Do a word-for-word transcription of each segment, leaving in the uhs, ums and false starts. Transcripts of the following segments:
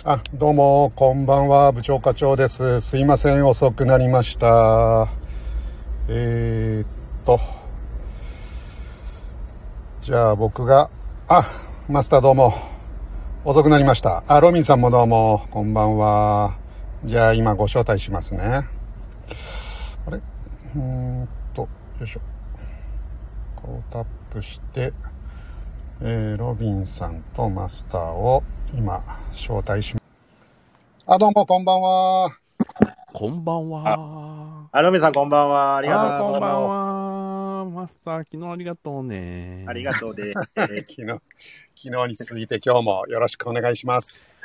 あ、どうもこんばんは、部長課長です。すいません、遅くなりました。えー、っとじゃあ僕があマスターどうも遅くなりました。あ、ロビンさんもどうもこんばんは。じゃあ今ご招待しますね。あれうーんとよいしょ、こうタップして、えー、ロビンさんとマスターを今招待します。あ、どうもこんばんは。 こんばんは。 あ、ロビンさんこんばんは。ありがとう。 あ、こんばんは。マスター、昨日ありがとうね。 ありがとうです。 昨日、昨日に続いて今日もよろしくお願いします。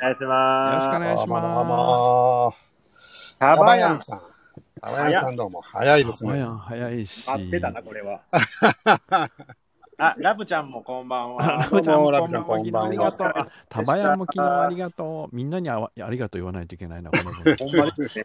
お願いします。 よろしくお願いします。 どうもどうも。タバヤンさん。タバヤンさんどうも早いですね。 タバヤン早いし。 待ってたな、これは。あ、ラブちゃんもこんばんは。 ラブちゃんもラブちゃんこんばんは。 ありがとう。あ、タバヤンも昨日ありがとう。みんなにあありがとう言わないといけないな、この分。 ほんまですね。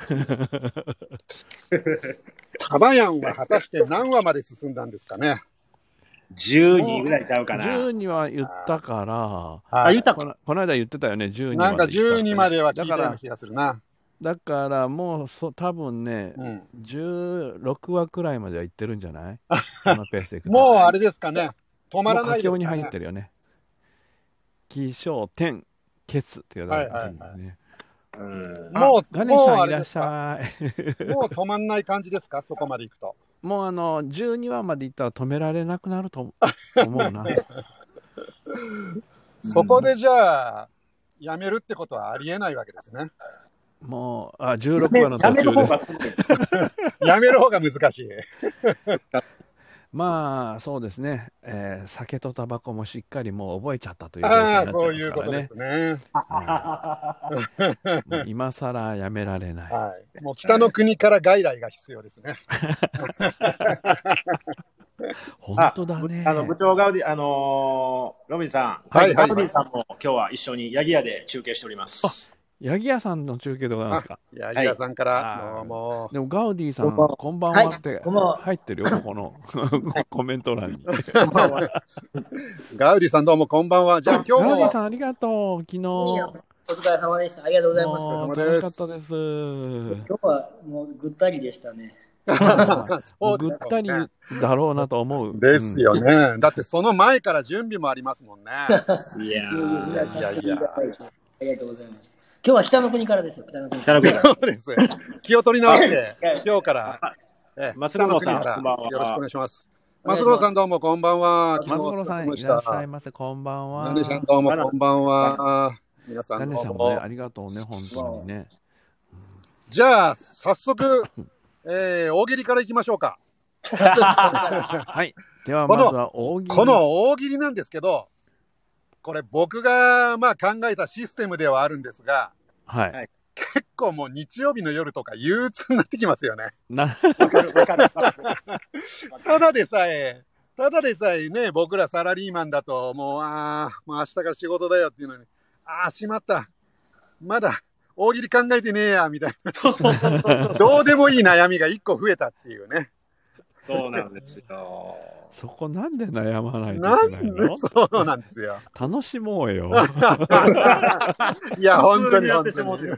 タバヤンは果たして何話まで進んだんですかね。 じゅうにぐらいちゃうかな。 じゅうには言ったから、 あ、あ言ったこの、この間言ってたよね、じゅうになんかじゅうにまでは聞いたような気がするな。 だからもうそ多分ね、うん、じゅうろくわくらいまでは行ってるんじゃないこのペースでいくと。 もうあれですかね、止まらないですかね。 佳境に入ってるよね。起承転結って言われてるんだよね。 もうガネさんいらっしゃい。もう止まんない感じですか、そこまで行くと。 もうあのじゅうにわまで行ったら止められなくなると思うな。 そこでじゃあやめるってことはありえないわけですね。 もうあじゅうろくわの途中です。 やめる方が難しい。 まあそうですね、えー、酒とタバコもしっかりもう覚えちゃったという状況になってますからね。 そういうことですね。 もう今更やめられない。 はい、もう北の国から外来が必要ですね。 本当だね。 あの部長ガウディ、あのー、ロビンさん、 はい、 ガウディさんも今日は一緒にヤギ屋で中継しております。 ヤギ屋さんの中継でございますか。 ヤギ屋さんからどうも。 でもガウディさんこんばんはって入ってるよ、ここのコメント欄に。 ガウディさんどうもこんばんは。じゃあ今日もガウディさんありがとう。昨日お疲れ様でした。ありがとうございます。 楽しかったです。 今日はもうぐったりでしたね。 ぐったりだろうなと思う。 ですよね。だってその前から準備もありますもんね。 いやいやいやいや。ありがとうございます。今日は北の国からですよ。北の国。 北の国から。 そうです。気を取り直して今日から松五さんこんばんは。 よろしくお願いします。松五さんどうもこんばんは。 松五さんいらっしゃいませ。こんばんは。 ガネさんどうもこんばんは。皆さんどうも。 ガネさんもねありがとうね本当にね。 じゃあ早速。えー、大喜利からいきましょうか。 はい。ではまずは大喜利。 この大喜利なんですけど、これ僕がまあ考えたシステムではあるんですが、 はい。 結構もう日曜日の夜とか憂鬱になってきますよね。 なわかるわかる。 ただでさえ、ただでさえね、僕らサラリーマンだともうああ、もう明日から仕事だよっていうのに、ああしまった、まだ。大喜利考えてねえやみたいな。 そうそうそうそう。 どうでもいい悩みがいっこ増えたっていうね。 そうなんですよ。 そこなんで悩まないといけないの？ そうなんですよ。 楽しもうよ。 いや本当に本当に。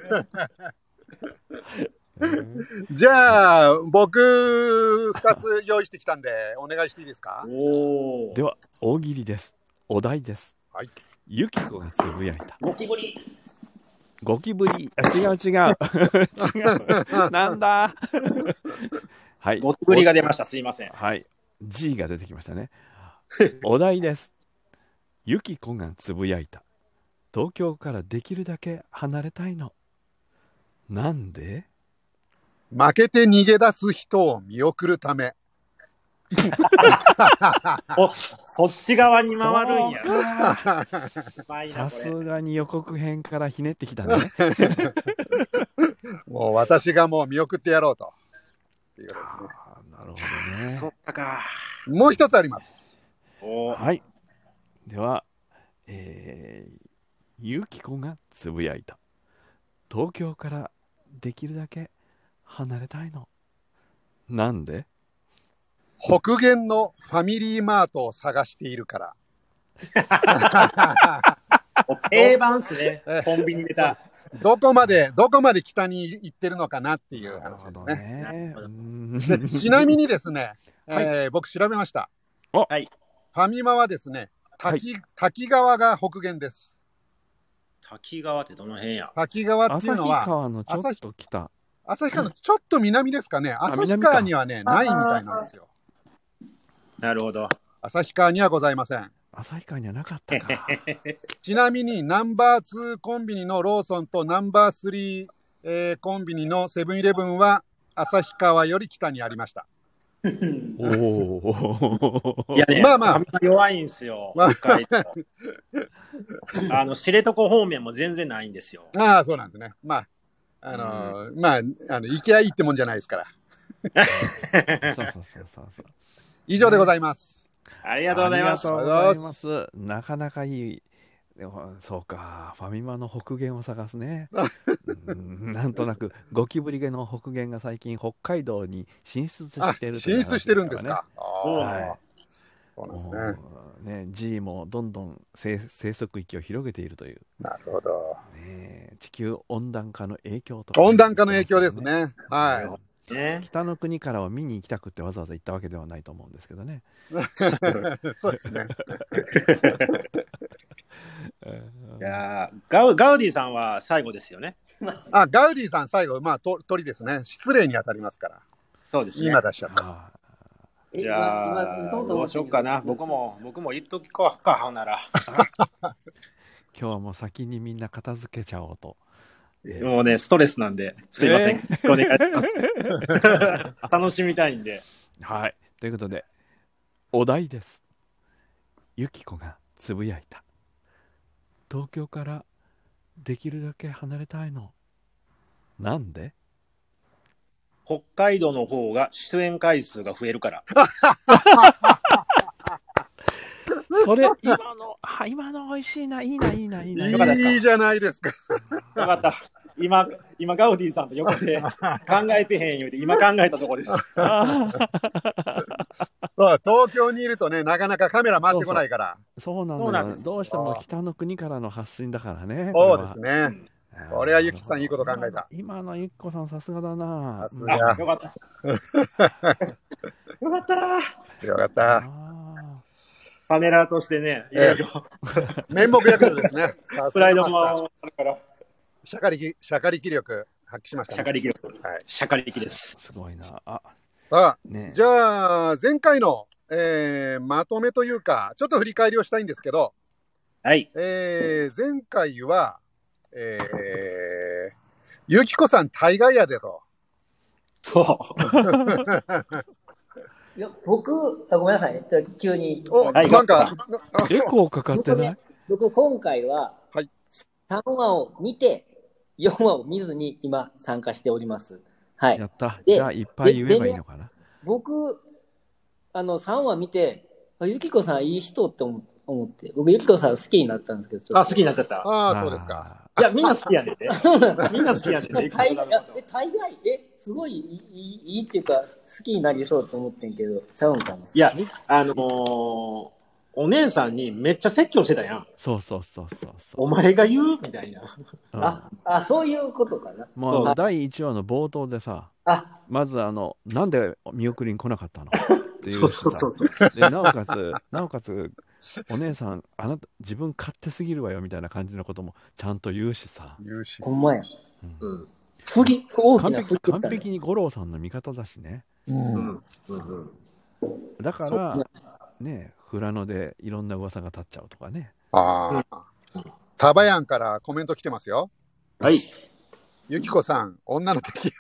じゃあ僕ふたつ用意してきたんでお願いしていいですか？ おでは大喜利です。お題です。 はい。 ユキコがつぶやいた。 ゴキブリ。 ゴキブリ。あ、違う違う。違う。なんだ。はい。 ゴキブリが出ました。すいません。 はい。G が出てきましたね。お題です。ユキコがつぶやいた。東京からできるだけ離れたいの。なんで？ 負けて逃げ出す人を見送るため。 そっち側に回るんや。 さすがに予告編からひねってきたね。 もう私がもう見送ってやろうと。いうことですね。 なるほどね。 そっか。 もう一つあります。 はい。では、えー、ゆきこがつぶやいた。東京からできるだけ離れたいの。なんで？ 北限のファミリーマートを探しているから。 定番っすねえ。 コンビニネタ。 どこまで、どこまで北に行ってるのかなっていうなるほど話ですね。 ね。うでんちなみにですね、 はいえー僕調べました。 おはい。 ファミマはですね、滝、滝川が北限です。 滝川ってどの辺や？ 滝川っていうの旭は、 川のちょっと北。 旭川のちょっと南ですかね。旭南か川にはね、ないみたいなんですよ。 なるほど。 旭川にはございません。 旭川にはなかったか。 ちなみにナンバーツーコンビニのローソンとナンバースリー、えーコンビニのセブンイレブンは旭川より北にありました。 おお。 いやね、 まあまあファミマ弱いんすよ。 まあ北海道。あの、知床方面も全然ないんですよ。 ああ、そうなんですね。まあ、あのーまあ、あの、行きゃいいってもんじゃないですから。 そうそうそうそうそう。 以上でございます。 ありがとうございます。 ありがとうございます。なかなかいい。でもそうか、ファミマの北限を探すね。うんなんとなくゴキブリ毛の北限が最近北海道に進出あ、 しているという話進出してるんですらね。 か。ああ、 はい。 そうなんですね。 もうね、G もどんどん生生息域を広げているという、 なるほど。 ね、地球温暖化の影響とか、 温暖化の影響ですね。はね、 北の国からは見に行きたくってわざわざ行ったわけではないと思うんですけどね。 い。そうですね。 いやーガウガウディさんは最後ですよね。 あ、ガウディさん最後、まあ、と鳥ですね。失礼に当たりますから。 そうですね。 今出しちゃった。 あじゃあ、どうしようかな。僕も、僕も言っときこうか、ほんなら。 今日はもう先にみんな片付けちゃおうと。えーもうね、ストレスなんで、すいません。 えーお願いします。楽しみたいんで。 はい。ということで、お題です。ゆきこがつぶやいた。東京からできるだけ離れたいの。なんで？ 北海道の方が出演回数が増えるから。 それ、今の、あ、今の美味しいな、いいな、いいな、いいな。 よかったですかいいじゃないですか。 よかった。今、今、ガウディさんと横で考えてへん言うて、今考えたとこです。 あそう、東京にいるとね、なかなかカメラ回ってこないから。 ーそうなんだよ。 そうなんですどうしても北の国からの発信だからね。 そうですね。 ね。これはゆきさんいいこと考えた。 今のゆきこさんさすがだな。うんさすがあ、よかった。よかった。 よかった。 あパネラーとしてね、いろいろ、 面目躍如ですね。さすプライドがマスター。 もあるから、 しゃかりき、しゃかり気力発揮しましたね。 シャカリキ力、 はい。 シャカリキです。 ーすごいな。あ、 さあ、 ね。 じゃあ、前回の、えーまとめというか、ちょっと振り返りをしたいんですけど、 はい。 えー前回は、えー、ゆきこさん大概やでと。 そう。 いや、僕、あごめんなさいね。急に。 お、 はいなんか、 エコーかかって僕ねない？、 僕今回は、 はいさんわを見て、よんわを見ずに今参加しております。はいや。った。 でじゃあいっぱい言えばいいのかな。 僕、あの、さんわ見て、あゆきこさんいい人って思思って、僕ゆきこさん好きになったんですけど、ちょあ、 っと。 好きになっちゃった。 ああ、そうですか。 いや、みんな好きやねんで。 そうなんですみんな好きやねんで。 大概、え、大概、え、すごいいい、いいっていうか、好きになりそうと思ってんけど、ちゃうんかな。 いや、あのー、お姉さんにめっちゃ説教してたやん。 そうそうそうそうそう。 お前が言うみたいな。 うんあ、あ、そういうことかな。 もうそうだいいちわの冒頭でさ、 あ、 まずあの、なんで見送りに来なかったのっていうしさそう。 で、なおかつ、なおかつ、お姉さん、あなた、自分勝手すぎるわよみたいな感じのこともちゃんと言うしさ。 言うし。 ほんまや。 うんうん。 振り、大き完璧な振りでした完璧ね。 に五郎さんの味方だしね。 うんうん。うん。うん。 だかそうら、ね、富良野でいろんな噂が立っちゃうとかね。 ああ。タバヤンからコメント来てますよ。 はい。 ゆきこさん、女の敵。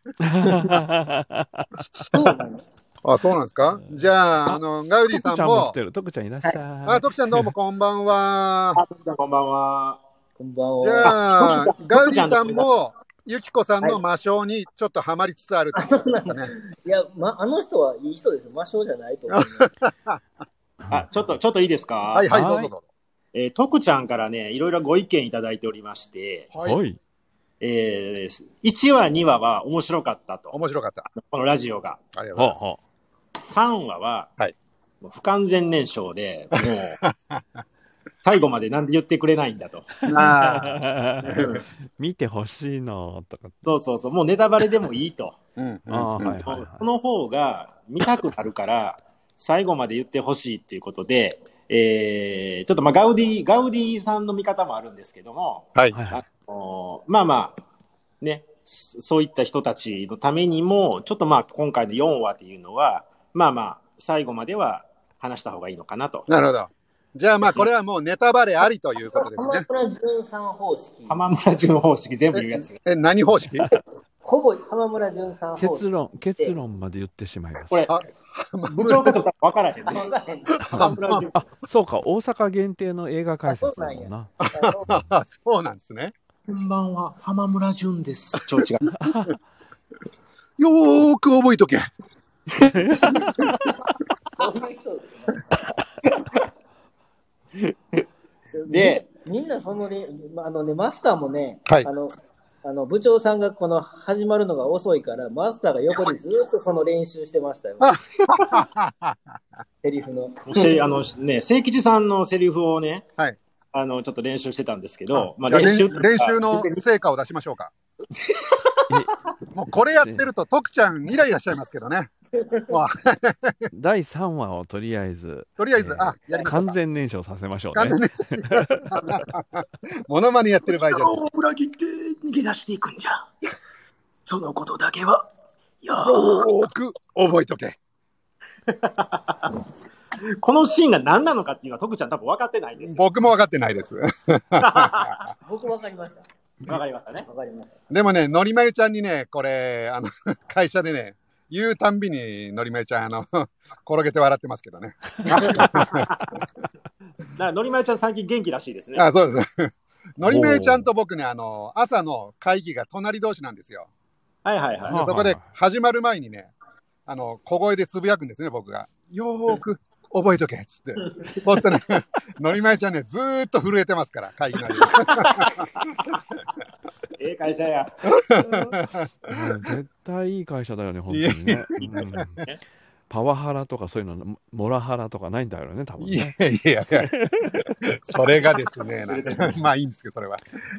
そうなの。 あ、そうなんですか。じゃあ、あの、ガウディさん徳ちゃんも来もて、る。徳ちゃんいらっしゃい。 あ、徳ちゃんどうもこんばんは。 あ、徳ちゃんこんばんは。 こんばんは。 じゃあ、 徳ちゃんガウディさんも、ゆきこさんの魔性にちょっとハマりつつあるってことですかね。 いや、ま、あの人はいい人ですよ。魔性じゃないと思います。 あ、ちょっと、ちょっといいですか？ はいはい、 はいどうぞどうえー、徳ちゃんからね、いろいろご意見いただいておりまして、 ぞ。はい。 はい。 えー、いちわ、にわは面白かったと。 面白かった。 このラジオが。 ありがとうございます。 はさんわは、 はいもう不完全燃焼で、もう、 最後までなんで言ってくれないんだと。 ああ。 見てほしいのとか。 そうそうそう、もうネタバレでもいいと。 うんああ、はいはいはい。 その方が見たくなるから、最後まで言ってほしいっていうことで、えー、ちょっとまあガウディ、ガウディさんの見方もあるんですけども、 はい。 はいはい。 あのまあまあ、ね、そういった人たちのためにも、ちょっとまあ今回のよんわっていうのは、まあまあ、最後までは話した方がいいのかなと。 なるほど。じゃあまあこれはもうネタバレありということです浜ね。 村淳さん方式。 浜村淳方式全部言うやつ。 え、何方式？ ほぼ浜村淳さん方式。 結論、結論まで言ってしまいます。 これ、 あ、 部長かとか分からへんね。 わからへん。 浜村淳。 あ、そうか、大阪限定の映画解説だもんな。 あそうなんですね。 こんばんは、浜村淳です。ちょっと違う。 よーく覚えとけ。 そういう人で、 みんなそのね、あのね、マスターもね、 はいあの、あの部長さんがこの始まるのが遅いから、マスターが横でずっとその練習してましたよ。セリフの。 せあのね、清吉さんのセリフをね、 はい。 あの、ちょっと練習してたんですけど、 じゃあ練習練習の成果を出しましょうか。もうこれやってると徳ちゃんイライラしちゃいますけどね。もうだいさんわをとりあえず、 とりあえず、 えーあ、やりましょうか。 完全燃焼させましょうね。 完全燃焼。モノマネやってる場合じゃない。 を裏切って逃げ出していくんじゃ。そのことだけは、よよーく覚えとけ。 このシーンが何なのかっていうのは徳ちゃん多分分かってないんですよ。 僕も分かってないです。 僕わかりました。 分かりましたね。 わかりました。 でもね、のりまゆちゃんにね、これ、あの、会社でね、言うたんびにのりまゆちゃん、あの、転げて笑ってますけどね。 だからのりまゆちゃん最近元気らしいですね。 あ、そうです。のりまゆちゃんと僕ね、あの、朝の会議が隣同士なんですよ。 はいはいはい。 でそこで始まる前にね、あの、小声でつぶやくんですね、僕が。よーく覚えとけっつって。そうするとね、のりまゆちゃんね、ずーっと震えてますから、会議内で。 ええ会社や。 うん絶対いい会社だよね、本当にね。うんパワハラとかそういうの、モラハラとかないんだよね、多分いやね。 いやいや、それがですね、なんかまあいいんですけど、それは。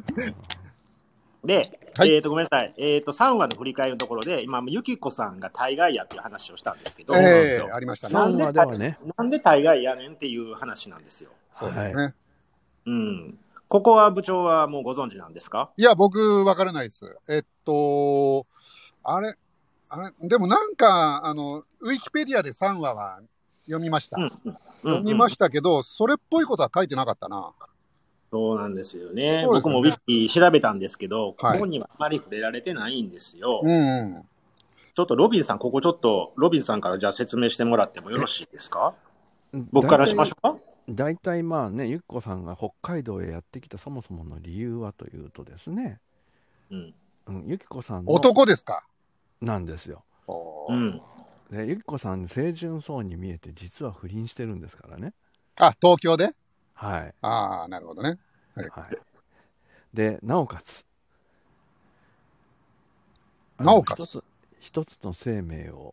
で、 はいえっ、と、ごめんなさい。えっ、と、さんわの振り返りのところで、今、ゆきこさんが大概やっていう話をしたんですけど、 ええありましたね。 さんわではね、 なんで大概やねんっていう話なんですよ。 そうですね。 はいうん。ここは部長はもうご存知なんですか？ いや、僕、わからないです。えっと、あれ、あれ、でもなんか、あの、ウィキペディアでさんわは読みました。 うんうん読みましたけど、それっぽいことは書いてなかったな。 そうなんですよね。 そうですね僕もウィキ調べたんですけど、 はいここにはあまり触れられてないんですよ。 うん、うん。 ちょっとロビンさん、ここちょっと、ロビンさんからじゃあ説明してもらってもよろしいですか？僕からしましょうか。 大体まあね、ゆっこさんが北海道へやってきたそもそもの理由はというとですね、 うん。 うん、ゆきこさんの男ですか？ なんですよ。 う。ん。 でゆきこさん清純そうに見えて実は不倫してるんですからね。 あ、東京で？ はい。 ああ、なるほどね。はい。 はい、でなおかつなおかつ一つ一つの生命を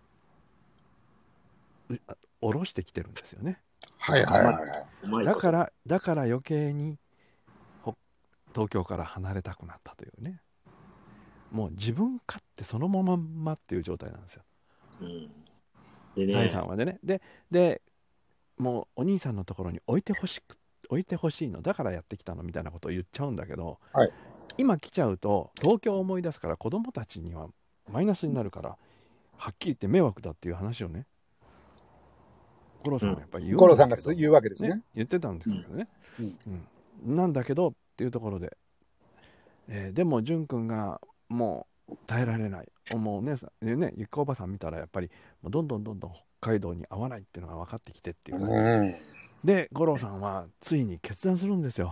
うあ下ろしてきてるんですよね。 はいはいはいはい。 うまいことだからだから余計にほ東京から離れたくなったというね。もう自分勝手そのまんまっていう状態なんですよ。 うん。でね、 だいさんわでね。ででもうお兄さんのところに置いてほしく置いてほしいのだからやってきたのみたいなことを言っちゃうんだけど、 はい今来ちゃうと東京を思い出すから子供たちにはマイナスになるからはっきり言って迷惑だっていう話をね五郎さんがやっぱり言うん五郎だけど、 さんが言うわけですね。 ね言ってたんですけどね、 うんうんなんだけどっていうところで、えーでも淳君がもう耐えられないもうお姉さんでねゆっこおばさん見たらやっぱりもうどんどんどんどん北海道に合わないっていうのが分かってきてっていう、 うん。 で五郎さんはついに決断するんですよ。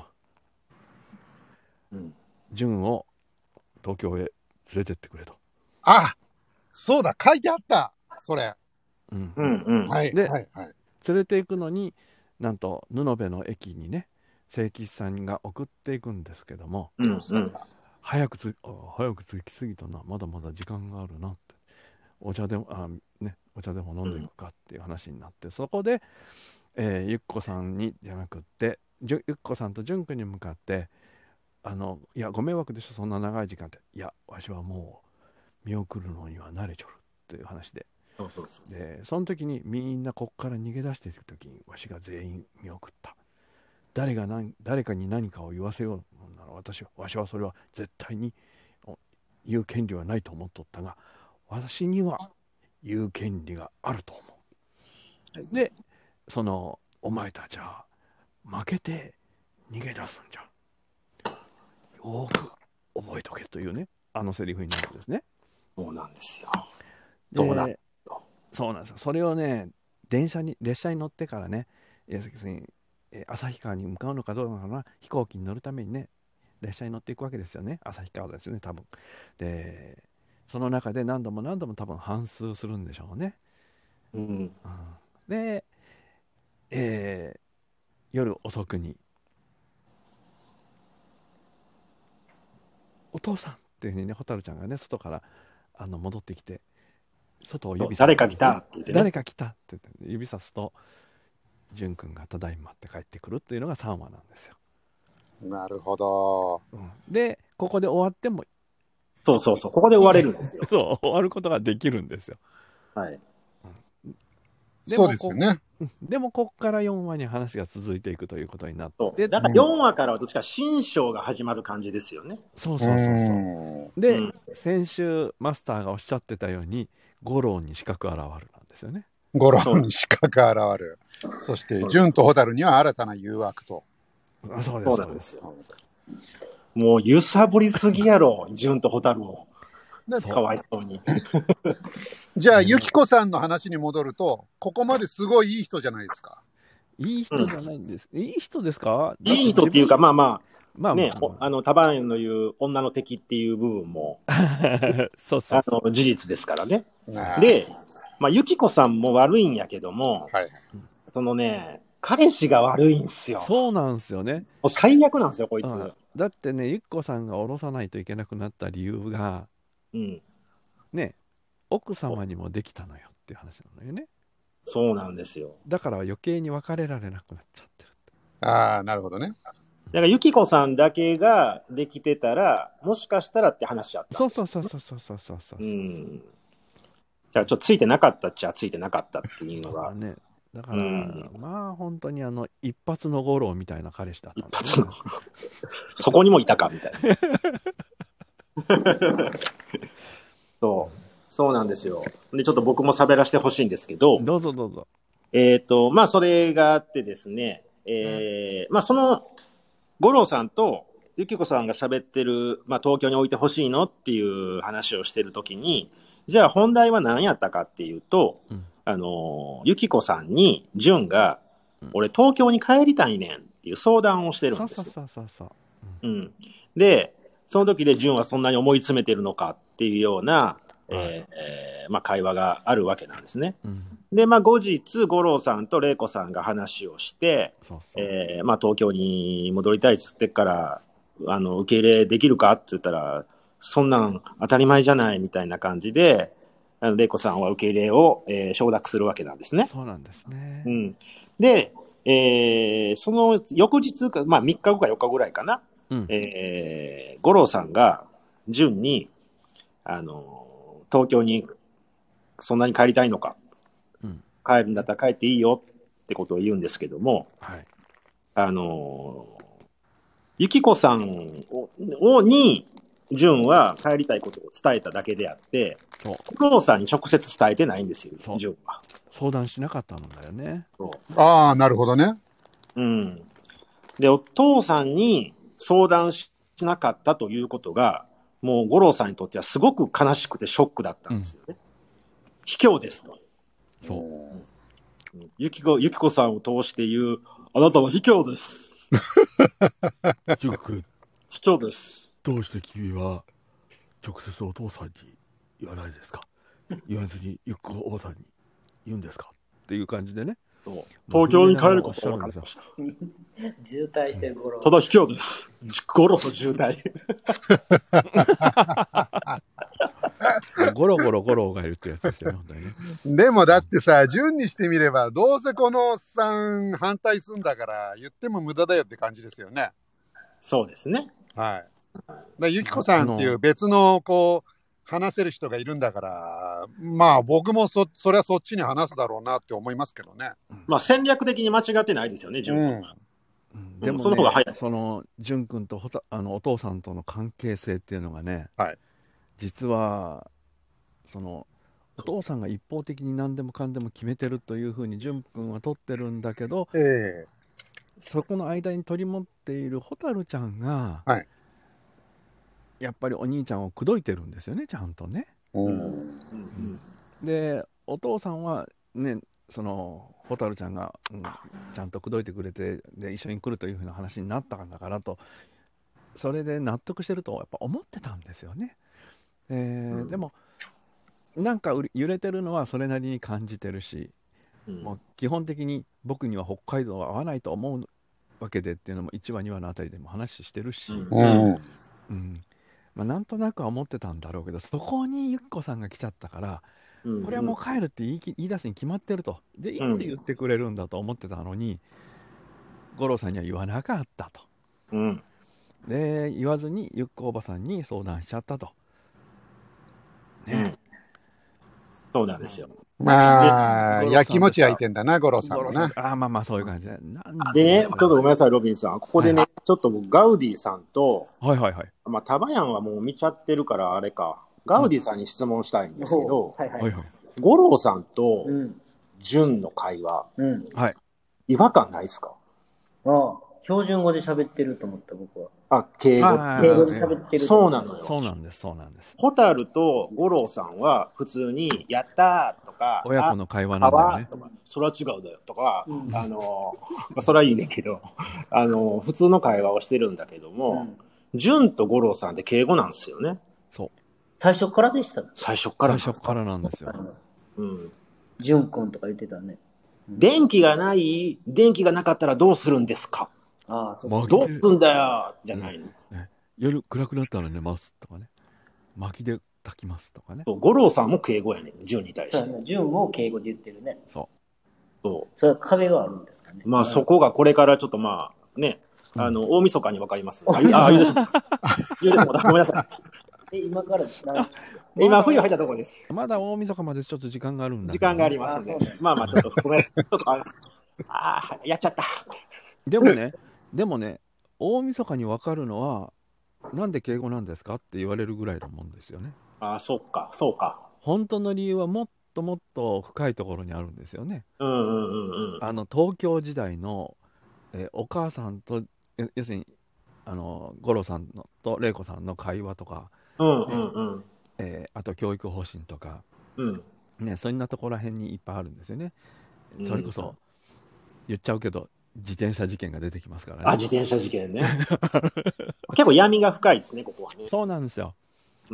うん。 淳を東京へ連れてってくれと、 あ、そうだ、書いてあった。それ。 うんうんうん。 はい。 ではいはい。 連れて行くのになんと布部の駅にね清吉さんが送っていくんですけども、 うんうん。 早くつあ早く着きすぎたなまだまだ時間があるなってお茶でもあ、ね、お茶でも飲んでいくかっていう話になって、そこで、えーゆっこさんにじゃなくってじゅゆっこさんと淳君に向かってあのいやご迷惑でしょそんな長い時間って、いやわしはもう見送るのには慣れちょるっていう話で、 そうそうそう。 でその時にみんなこっから逃げ出していく時にわしが全員見送った。誰が何誰かに何かを言わせようもんなら私はわしはそれは絶対に言う権利はないと思っとったが、私には言う権利があると思う、はい、でそのお前たちは負けて逃げ出すんじゃ、よく覚えとけというね、あのセリフになるんですね。 そうなんですよ。 でそうなんそうなんですよ。それをね電車に列車に乗ってからね、要するに旭川に向かうのかどうなのかな、飛行機に乗るためにね列車に乗っていくわけですよね、旭川ですよね多分。でその中で何度も何度も多分反芻するんでしょうね、 うんうん、 で、えー、夜遅くにお父さんっていうふうにね蛍ちゃんがね外からあの戻ってきて外を指さす、 誰か来たって言って、ね、 誰か来たって言って指さすと淳君がただいまって帰ってくるっていうのがさんわなんですよ。 なるほど、 うん、でここで終わってもそうそうそうここで終われるんですよそう終わることができるんですよ。 はい、うん、 でそうですよね。 でもここからよんわに話が続いていくということになって、 だからよんわからはどっちか新章が始まる感じですよね。 そうそうそうそうで、うん、先週マスターがおっしゃってたように五郎に資格現るなんですよね。 五郎に資格現る、そして淳と蛍には新たな誘惑と。 あ、そうですそうです。 もう揺さぶりすぎやろ淳と蛍を。かわいそうに。 じゃあゆきこさんの話に戻ると、ここまですごいいい人じゃないですか。 いい人じゃないんです、うん、いい人ですか。 いい人っていうかまあまあまあね、あのタバーンの言う女の敵っていう部分もそうそうそう、 あの事実ですからね。で、まあ、ゆきこさんも悪いんやけども、はい、そのね彼氏が悪いんすよ。 そうなんですよね。 もう最悪なんですよこいつ、うん、 だってねゆきこさんが降ろさないといけなくなった理由が、うん、ね奥様にもできたのよっていう話なのよね。 そうなんですよ。 だから余計に別れられなくなっちゃってる。 ああ、なるほどね。 だからゆきこさんだけができてたらもしかしたらって話しあったんです、ね、そうそうそうそうそうそうそう。うん。じゃあちょっとついてなかったっちゃついてなかったっていうのが。 ね、だから、うん、まあ本当にあの一発の五郎みたいな彼氏だったんですね。一発のそこにもいたかみたいな。そうそうなんですよ。でちょっと僕も喋らせてほしいんですけど。 どうぞどうぞ。 えっとまあそれがあってですね、えー、まあその五郎さんとゆきこさんが喋ってる、まあ東京に置いてほしいのっていう話をしてるときに、じゃあ本題は何やったかっていうと、うん、あのゆきこさんに淳が、うん、俺東京に帰りたいねんっていう相談をしてるんですよ。そうそうそうそう。うん。うん、でその時で淳はそんなに思い詰めてるのかっていうような、えーえー、まあ会話があるわけなんですね。うん、でまあ後日五郎さんと玲子さんが話をして、そうそう、えー、まあ東京に戻りたいっつってからあの受け入れできるかって言ったら。そんなん当たり前じゃないみたいな感じで、あの玲子さんは受け入れを、えー、承諾するわけなんですね。 そうなんですね。 うん、で、えー、その翌日か、まあみっかごかよっかぐらいかな、うん、えー、五郎さんが淳に、あの、東京にそんなに帰りたいのか、うん、帰るんだったら帰っていいよってことを言うんですけども、はい、あの、ゆきこさんを、をに、淳は帰りたいことを伝えただけであって、五郎さんに直接伝えてないんですよ、淳は。 相談しなかったんだよね。 ああ、なるほどね。 うん。で、お父さんに相談しなかったということが、もう五郎さんにとってはすごく悲しくてショックだったんですよね。うん、卑怯ですと。そう。ゆきこ、ゆきこさんを通して言う、あなたは卑怯です。 ジュック。 卑怯です。 どうして君は直接お父さんに言わないですか。言わずにゆっこおばさんに言うんですかっていう感じでね。 東京に帰ることが分かりました。 渋滞してる頃。 ただ卑怯です。ゴロと渋滞。 もうゴロゴロゴロがいるってやつですよね、本当にね。 でもだってさ、順にしてみれば、どうせこのおっさん反対すんだから、言っても無駄だよって感じですよね。 そうですね。 はい。だからゆきこさんっていう別のこう話せる人がいるんだから、まあ僕も そ, それはそっちに話すだろうなって思いますけどね。 まあ戦略的に間違ってないですよね、順君は。 うん、でも、ね、 その方が早い。 その順君とほたあのお父さんとの関係性っていうのがね、 はい、 実はそのお父さんが一方的に何でもかんでも決めてるというふうに順君は取ってるんだけど、 えー、 そこの間に取り持っている蛍ちゃんが、 はい、やっぱりお兄ちゃんを口説いてるんですよね、ちゃんとね。 うんうん、でお父さんはね、その蛍ちゃんが、うん、ちゃんと口説いてくれてで一緒に来るというふうな話になったんだからと、それで納得してるとやっぱ思ってたんですよね。えーうん、でもなんか揺れてるのはそれなりに感じてるし、うん、もう基本的に僕には北海道は合わないと思うわけでっていうのもいちわにわのあたりでも話してるし、 うんうんまあ、なんとなくは思ってたんだろうけど、そこにゆきこさんが来ちゃったから、うん、これはもう帰るって言い言い出すに決まってると。でいつ言ってくれるんだと思ってたのに、うん、五郎さんには言わなかったと、うん、で言わずにゆっこおばさんに相談しちゃったと、 ね、うん、そうなんですよ。 まあやきもち焼いてんだな、五郎さんもな。 ああまあまあそういう感じで。 でね、ちょっとごめんなさいロビンさん、ここでね、はい、ちょっと僕ガウディさんと、 はいはいはい、 まあタバヤンはもう見ちゃってるからあれか、ガウディさんに質問したいんですけど、 はいはい、 五郎さんと純の会話、 うんはい、 違和感ないですか？ ああ、標準語で喋ってると思った僕は。 あ、敬語。 敬語で喋ってる。 そうなのよ。 そうなんです、そうなんです。 蛍と五郎さんは普通に、やったーとか、 親子の会話なんだよね。 とか、それは違うだよとか、うん、あの、まあ、それはいいねんけど、あの、普通の会話をしてるんだけども、純、うん、と五郎さんって敬語なんですよね。 そう。 最初からでした。 最初から。 最初からなんですよ。 うん。 純君とか言ってたね。 うん、電気がない、電気がなかったらどうするんですか？ ああ、 どうすんだよじゃないの、 うんね。夜暗くなったら寝ますとかね。薪で炊きますとかね。 五郎さんも敬語やねん、純に対して。 そうね、純も敬語で言ってるね。 そう。 そう。 それは壁があるんですかね。 まあそこがこれからちょっとまあね、うん、あの、大晦日にわかります。あ、言うでしょ。言うでしょ。ごめんなさい。え、今から今冬入ったところです。 まだ大晦日までちょっと時間があるんだ、ね。 時間がありますんで。まあまあちょっとごめん。ちょっとああ、やっちゃった。 でもね、でもね、大晦日に分かるのはなんで敬語なんですかって言われるぐらいだもんですよね。 ああ、そうか、そうか。 本当の理由はもっともっと深いところにあるんですよね。 うんうんうんうん。 あの東京時代の、えー、お母さんと要するにあの五郎さんのと玲子さんの会話とか、 うんうんうんえー、あと教育方針とか、 うんね、そんなところら辺にいっぱいあるんですよね。それこそ、うん、言っちゃうけど自転車事件が出てきますからね。 あ、自転車事件ね。結構闇が深いですね、ここはね。 そうなんですよ。 うん。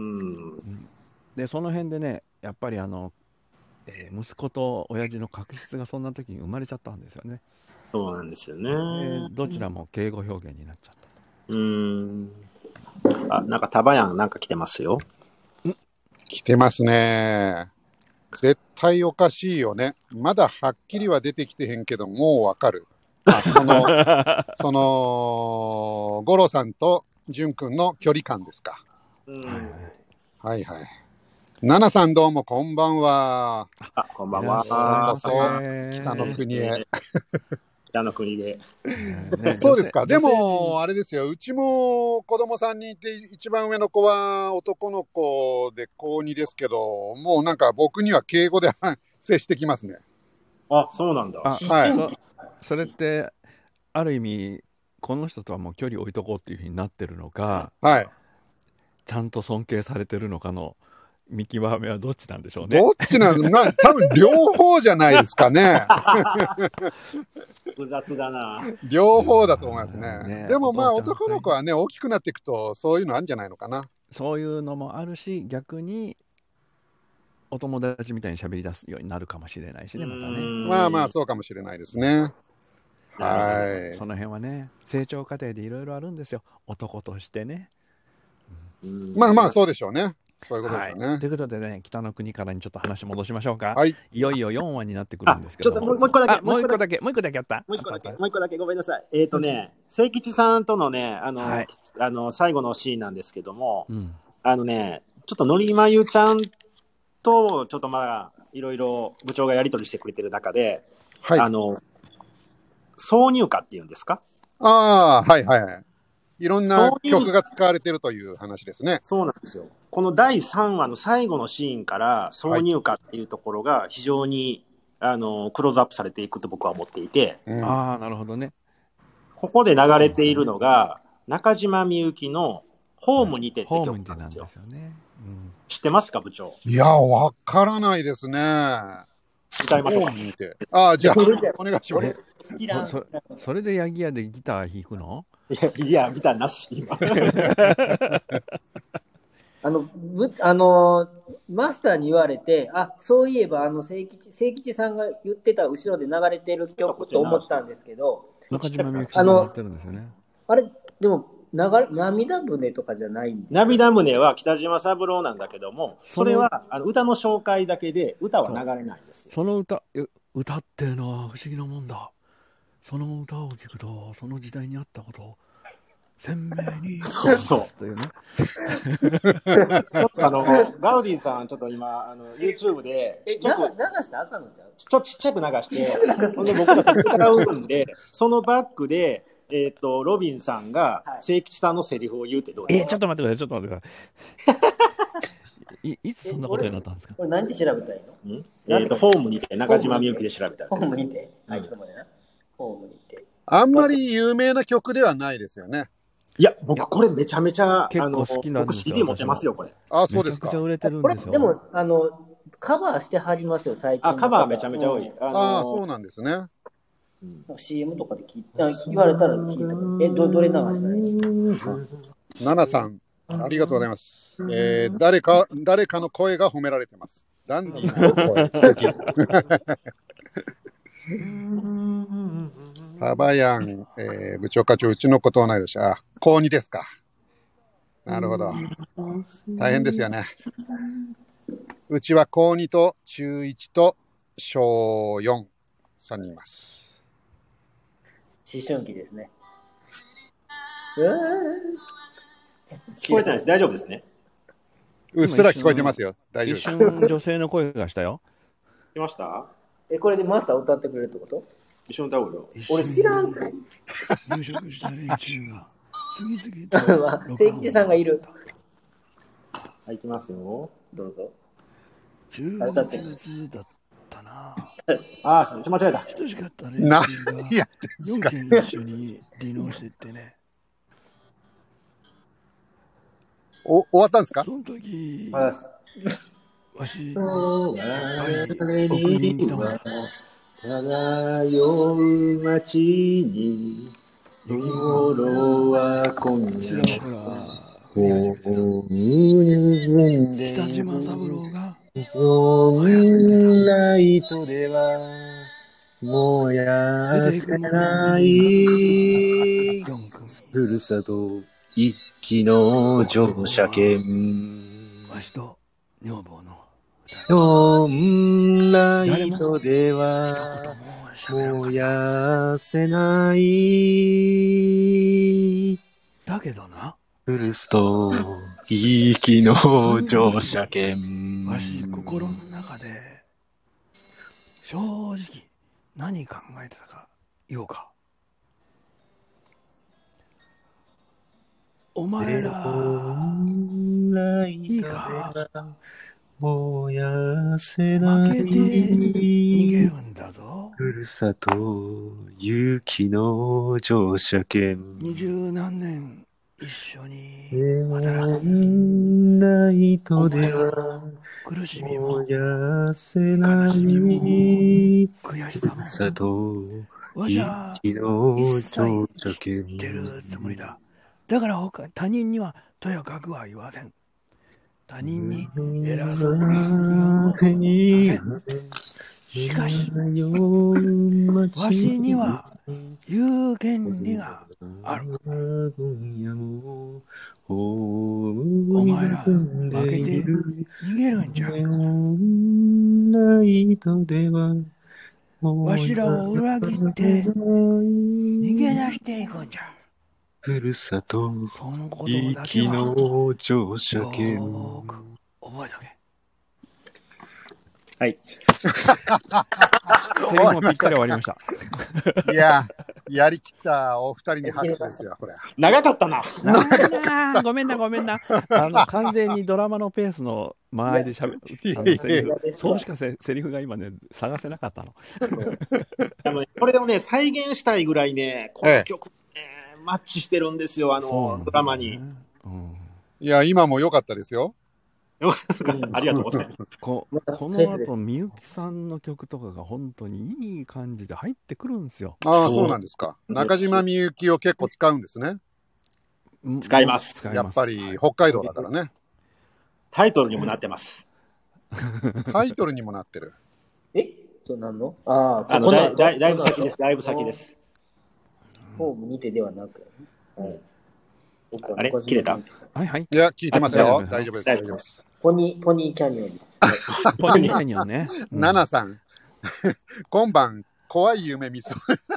で、その辺でね、やっぱりあの、えー、息子と親父の確執がそんな時に生まれちゃったんですよね。 そうなんですよね。 どちらも敬語表現になっちゃった。 うーん。あ、なんかタバヤンなんか来てますよ。 ん来てますね。絶対おかしいよね。まだはっきりは出てきてへんけど、もうわかる。あその、その、五郎さんと淳くんの距離感ですか。 うん、 はいはい。ナナさんどうもこんばんは。 あ、こんばんは。 ようこそ北の国へ。 北の国で。 ね、そうですか。でもあれですよ。うちも子供さんにいて一番上の子は男の子で高にですけど、もうなんか僕には敬語で接してきますね。 あ、そうなんだ。 あ、はい。そ, それってある意味この人とはもう距離置いとこうっていう風になってるのか、 はい。 ちゃんと尊敬されてるのかの見極めはどっちなんでしょうね。 どっちなんですか、多分両方じゃないですかね。 複雑だな。 両方だと思いますね。 ね、 でもまあ男の子はね、大きくなっていくとそういうのあるんじゃないのかな。 そういうのもあるし、逆にお友達みたいに喋り出すようになるかもしれないしね、またね。 まあまあそうかもしれないですね。はい。 その辺はね、成長過程でいろいろあるんですよ、男としてね。 まあまあそうでしょうね。 そういうことですよね。 はい、ということでね、北の国からにちょっと話戻しましょうか。 はい。 いよいよよんわになってくるんですけども。 ちょっともうもう一個だけ。 もう一個だけ、もう一個だけあった。 もう一個だけ、 あったもう一個だけ、ごめんなさい。えっ、ー、とね、清吉さんとのね、あの、はい、あの、最後のシーンなんですけども、うん、あのね、ちょっとのりまゆちゃんと、ちょっとまだ、いろいろ部長がやり取りしてくれてる中で、はい、あの、挿入歌っていうんですか？ ああ、はいはいはい。いろんな曲が使われてるという話ですね。 そうなんですよ。このだいさんわの最後のシーンから挿入歌っていうところが非常に、はい、あのクローズアップされていくと僕は思っていて、 うん、ああ、なるほどね。 ここで流れているのが、中島みゆきのホームにてって曲なんですよ。 ホームにてなんですよね。うん、 知ってますか、部長？ いや、わからないですね。 歌いましょうか。 ああ、じゃあ、お願いします。 そ, それでヤギ屋でギター弾くの？ いや、いや、ギターなし、今。 あの、ぶ、あの、マスターに言われて、あ、そういえば、あの、聖吉、聖吉さんが言ってた後ろで流れてる曲と思ったんですけど、 中島みゆきさんがやってるんですよね。 あれ、でも、流れ、涙船とかじゃないんで。 涙船は北島三郎なんだけども、それはあの歌の紹介だけで、歌は流れないんですよ。 その歌、歌っていうのは不思議なもんだ。その歌を聞くと、その時代にあったことを鮮明にそうそうというね。 あのガウディさんちょっと今あの YouTube でちっちゃく流したらあかんのちゃう？ ちょちっちゃく流してほんで僕が歌うんでそのバックでえっ、ー、とロビンさんが清吉さんのセリフを言うってどうですか？ えー、ちょっと待ってくださいちょっと待ってください。い, いつそんなことになったんですか？ これ何で調べたらいいの？ んえっ、ー、とフォームにて中島みゆきで調べたら。 フォームにて。はい、ちょっと待ってな。フォームにて。 あんまり有名な曲ではないですよね。 いや、僕これめちゃめちゃ、 結構好きなんですよ。 僕 シーディー 持ってますよ、これ。 あ、そうですか。 めちゃくちゃ売れてるんですよ。 でも、あの、カバーしてはりますよ、最近。 あ、カバーめちゃめちゃ多い。 うん、あ, のー、ああ、そうなんですね。 うん、シーエム とかで聞いて、言われたら聞いたけど、え、ど、どれ流したらいいの？ ナナさん、ありがとうございます。えー、誰か、誰かの声が褒められてます。ダンディーな声、素敵。サバヤン、えー、部長課長、うちのことはないでしょ。あ、高にですか。なるほど。大変ですよね。うちは高にと中いちと小よん、さんにんいます。 思春期ですね。 聞こえてないです。大丈夫ですね。 うっすら聞こえてますよ。大丈夫です。 一瞬女性の声がしたよ。 聞きました？ え、これでマスター歌ってくれるってこと？ 一緒に歌おうよ。 俺知らん。 入植した連中が次々と。 清吉さんがいる。 はい、行きますよ。 どうぞ。 じゅうはちがつだったな。 ああ、ちょっと間違えた。 等しかった連中がよんけん一緒に離農してってね。 お、終わったんですか？ その時、 わし、やっぱり奥に来たもんだ。 漂う街に心は今夜も北島三郎がムーンライトでは燃やせないふるさと一気の乗車券わしと女房のムーンライトでは燃やせないだけどなフルストいきの乗車券わし心の中で正直何考えてたか言おうか。お前らいいか燃やせない負けて逃げるんだぞ。 ふるさと雪の乗車券二十何年一緒に働くナイトでは苦しみも燃やせない悲しみも悔しさもふるさとわしは雪の一切乗車券知ってるつもりだ。だから他他人にはとやかくは言わせん。他人に偉そうに言わせん。しかしわしには言う権利がある。お前ら負けけて逃げるんじゃ。 ないのではわしらを裏切って逃げ出していくんじゃ。 ふるさとそのこと生だけきはの乗車よ券ーく覚えとけ。 はい。 セリフもぴったり終わりました。 いや、やりきったお二人に拍手ですよ、これ。 長かったな。 長いなごめんなごめんな。あの完全にドラマのペースの間合いでしゃべあのセリフそうしかせセリフが今ね探せなかったの。 あのこれをね、再現したいぐらいね、この曲、ね、マッチしてるんですよ、あの、ドラマに。 うん、 いや、今も良かったですよ。 ありがとうございます。 こ, この後みゆきさんの曲とかが本当にいい感じで入ってくるんですよ。 ああ、そうなんですか。中島みゆきを結構使うんですね。 使います。 使います。 やっぱり北海道だからね。 タイトルにもなってます。 タイトルにもなってる。 えそうなんのああ、 あのだいだいだいぶ先です。だいぶ先です。 ホームにてではなく。はい、 あれ切れたはいはい。 いや、聞いてますよ。大丈夫です。大丈夫です。 ポニー、ポニーキャニオン。 ポニーキャニオンね。 ナナさん、今晩、怖い夢見そう。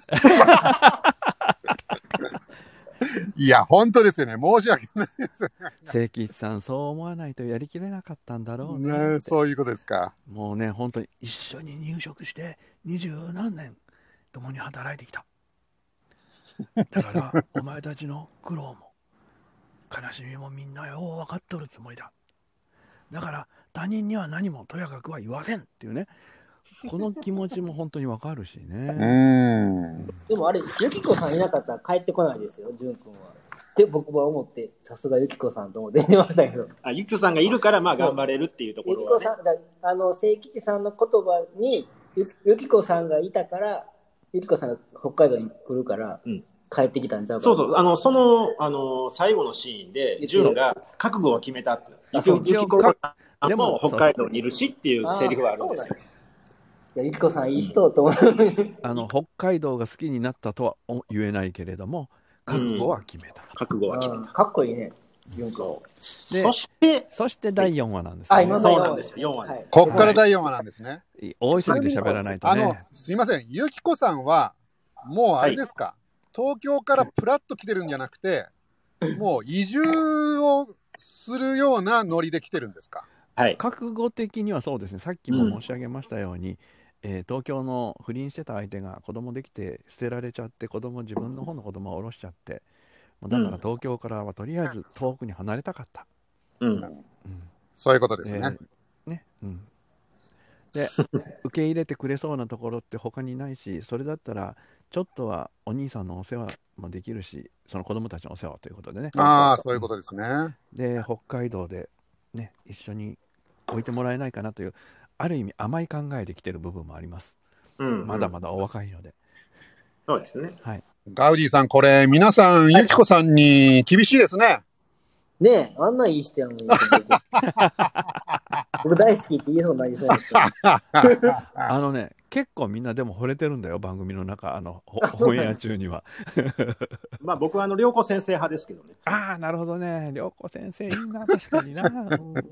いや、本当ですよね。申し訳ないです。 清吉さん、そう思わないとやりきれなかったんだろうね。 ね、そういうことですか。 もうね、本当に一緒に入植して二十何年共に働いてきた。だからお前たちの苦労も悲しみもみんなよう分かっとるつもりだ。だから他人には何もとやかくは言わせんっていうね、この気持ちも本当に分かるしね。 うんでもあれ、ゆきこさんいなかったら帰ってこないですよ、じゅんくんは。って僕は思って、さすがゆきこさんと思って出ましたけど。 あ、ゆきこさんがいるから、まあ頑張れるっていうところは、ね。 ゆきこさん、だあの、清吉さんの言葉に、ゆ, ゆきこさんがいたから、ゆきこさんが北海道に来るから、うん帰ってきたんちゃうか。 そうそう、あの、その、あの、最後のシーンで、ジュンが覚悟を決めたって。ゆきこさんも北海道にいるしっていうセリフがあるんですよ。 いや、ゆきこさんいい人と思う。 あの、北海道が好きになったとは言えないけれども、覚悟は決めた。 うん、覚悟は決めた。 かっこいいね。 そうでそして、 そしてだいよんわなんですね。 あ、今そうなんですよ。よんわです。 こっからだいよんわなんですね。 大急ぎで喋らないとね。 あの、すいません。ゆきこさんは、もうあれですか、はい東京からプラッと来てるんじゃなくて、もう移住をするようなノリで来てるんですか？ はい。覚悟的にはそうですね。さっきも申し上げましたように、うんえー、東京の不倫してた相手が子供できて捨てられちゃって、子供自分の方の子供を下ろしちゃって、もうだから東京からはとりあえず遠くに離れたかった。 うん。うん、そういうことですね。 えー、ね。うん。で、受け入れてくれそうなところって他にないし、それだったら、ちょっとはお兄さんのお世話もできるし、その子供たちのお世話ということでね。 ああ、そういうことですね。 で、北海道でね、一緒に置いてもらえないかなという、ある意味甘い考えできてる部分もあります。うん、うん、まだまだお若いので。 そうですね。 はい。 ガウディさん、これ、皆さん、ゆきこさんに厳しいですね。 ねえ、あんないい人やのに。僕大好きって言いそうになりそうです。 あのね、結構みんなでも惚れてるんだよ、番組の中、あの、オンエア中には。 まあ僕はあの、涼子先生派ですけどね。 ああ、なるほどね。涼子先生いいな、確かにな。わ、うん、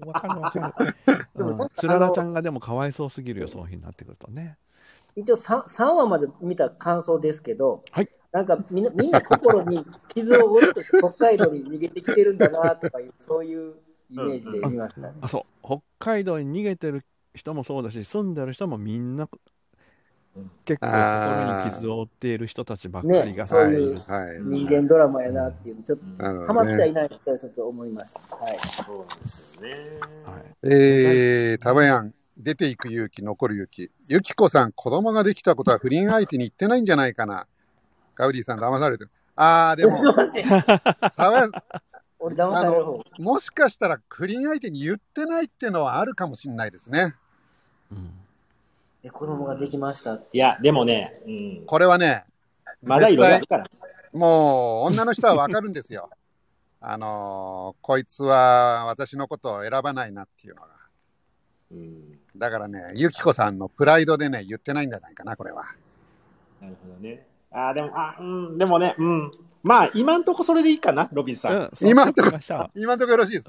かるわかる。うん、つららちゃんがでもかわいそうすぎるよ、そういう風になってくるとね。 一応 3, さんわまで見た感想ですけど、 はい、 なんかみんなみんな心に傷を負って北海道に逃げてきてるんだなとかいうそういうイメージで見ましたね。 うんうん、あ、そう北海道に逃げてる人もそうだし、住んでる人もみんな結構心に傷を負っている人たちばっかりが、 ね、そういう人間ドラマやなっていう、ちょっとハマってはいない人はちょっと思います。はい。 そうですよね。 はい、えー、たばやん。出ていく勇気、残る勇気。ゆきこさん、子供ができたことは不倫相手に言ってないんじゃないかな。ガウディさん、騙されてる。あー、でも、たばやん、 俺騙される方。 もしかしたら不倫相手に言ってないっていうのはあるかもしれないですね。 うん、 え、子供ができました。 いや、でもね、うん、 これはね、 まだいろいろあるから。 もう、女の人はわかるんですよ。あのー、こいつは私のことを選ばないなっていうのが。うん、だからね、ゆきこさんのプライドでね、言ってないんじゃないかな、これは。 なるほどね。ああ、でも、あ、うん、でもね、うん。まあ、今んとこそれでいいかな、ロビンさん。 うん、 今んとこ、今んとこよろしいですか？ うん、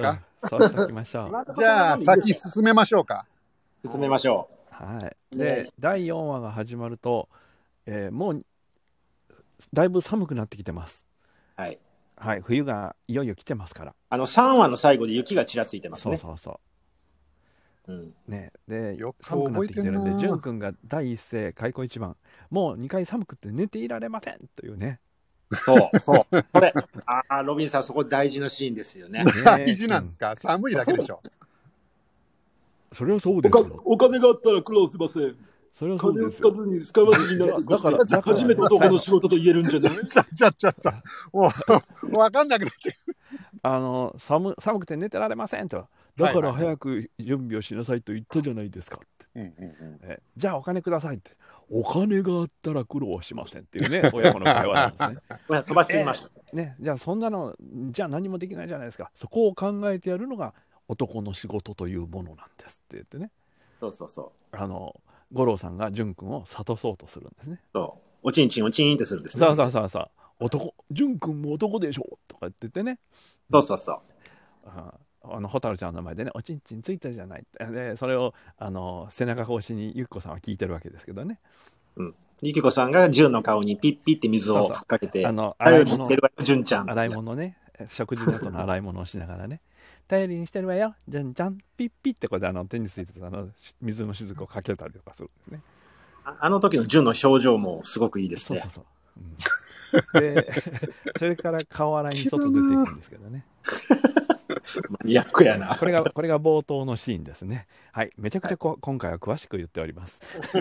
そうしておきましょう。 じゃあ、先進めましょうか。 進めましょはい。で、だいよんわが始まると、えーもう、だいぶ寒くなってきてます。 う。はい。 はい。冬がいよいよ来てますから。 あの、さんわの最後で雪がちらついてますね。 そうそうそうん。 う。ね。でよ、く寒くなってきてるんで、 覚えてんな淳君が第一声、開口一番、もうにかい寒くて寝ていられませんというね。 そう、そう。これ、ああ、ロビンさん、そこ大事なシーンですよね。 大事なんですか、寒いだけでしょ。 それはそうですよ。 お金があったら苦労しません。 それはそう金をですよ。 使わずに使わずになだから、だから、 初めて男の仕事と言えるんじゃないちゃちゃちゃちゃ。もう、わかんなくなってる。 あの寒寒くて寝てられませんと。だから早く準備をしなさいと言ったじゃないですかって。 うんうんうんえじゃあお金くださいって。お金があったら苦労はしませんっていうね、親子の会話なんですね。 飛ばしてみました。 ね、じゃあそんなの、じゃあ何もできないじゃないですか。そこを考えてやるのが男の仕事というものなんですって言ってね。 そうそうそう。 あの、五郎さんが淳君を諭そうとするんですね。 そう。おちんちんおちんってするんですね。 さあさあさあさあ、男、淳君も男でしょとか言っててね。 そうそうそう。 ああの蛍ちゃんの前でね、おちんちんついたじゃないってで、それをあの背中越しにゆきこさんは聞いてるわけですけどね。 ゆきこさんが純の顔にピッピッって水をかけて、 あの洗い物頼りにしてるわよ、純ちゃん。 洗い物ね、食事の後の洗い物をしながらね、頼りにしてるわよ、純ちゃん、ピッピッってこうであの手についてたあの水の雫をかけたりとかするんですね。 ああの時の純の表情もすごくいいですね。 そうそうそう。うん、で、それから顔洗いに外出ていくんですけどね。 マニアックやな。 これが、これが冒頭のシーンですね。はい。めちゃくちゃこ、はい、今回は詳しく言っております。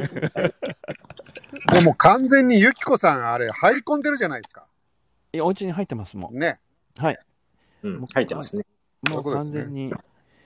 でも完全にゆきこさん、あれ、入り込んでるじゃないですか。 いや、お家に入ってますもん。 ね。 はい。 うん、入ってますね。 もう完全に。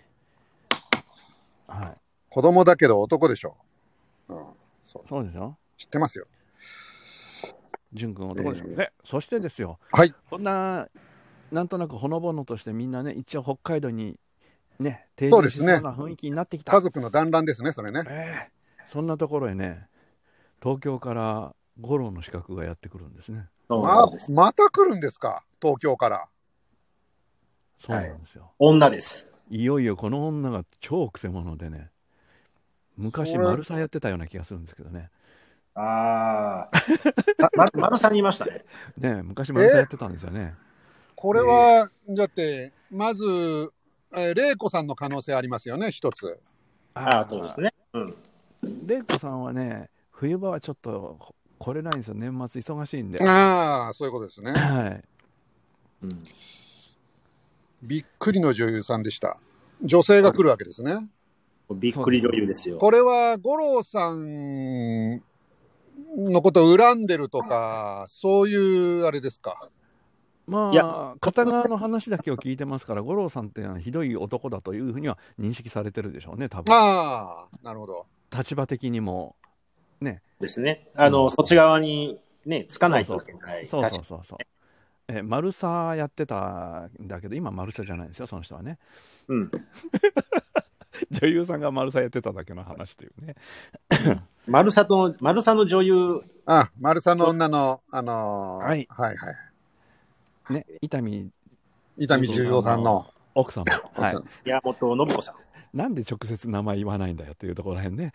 はい。 子供だけど男でしょ。うん。 そう、そうでしょ。 知ってますよ。 淳君男でしょ。えー、で、そしてですよ。 はい。 こんな、なんとなくほのぼのとしてみんなね、一応北海道にね、 定住しそうな雰囲気になってきた。 家族の団らんですね、それね。 えー、そんなところへね、東京から五郎の資格がやってくるんですね。 まあ、また来るんですか、東京から。 そうなんですよ。はい、 女です。 いよいよこの女が超くせ者でね、昔丸さんやってたような気がするんですけどね。 ああ、ま、丸さんにいましたね。 ね、昔丸さんやってたんですよね。 これは、えー、だって、まず、えー、玲子さんの可能性ありますよね、一つ。 ああ、そうですね。うん。 玲子さんはね、冬場はちょっと来れないんですよ、年末忙しいんで。 ああ、そういうことですね。 はい。 うん、 びっくりの女優さんでした。女性が来るわけですね。 びっくり女優ですよ。 これは五郎さんのことを恨んでるとか、そういうあれですか。 まあ、片側の話だけを聞いてますから、五郎さんっていうのはひどい男だというふうには認識されてるでしょうね、多分。 ああ、なるほど。 立場的にも、ね。 ですね。あの、うん、そっち側にね、つかないといけない。 そうそうそうそう。え、マルサやってたんだけど、今マルサじゃないですよ、その人はね。 うん。 女優さんがマルサやってただけの話というね。 マルサと、マルサの女優。 あ、マルサの女の、あのー、はい、はいはい。 ね、伊丹伊丹十三さんの奥様、はい、 山本信子さん。 なんで直接名前言わないんだよっていうところらへんね。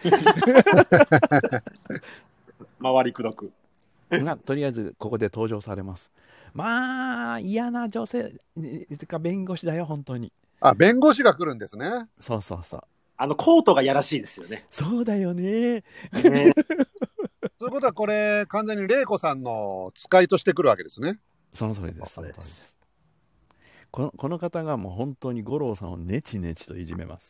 回りくどく。 がとりあえずここで登場されます。まあ嫌な女性か弁護士だよ本当に。 あ、弁護士が来るんですね。 そうそうそう。 あのコートがやらしいですよね。 そうだよね。ねということはこれ完全に玲子さんの使いとしてくるわけですね。 その通りです。その通りです。この、この方がもう本当に五郎さんをネチネチといじめます。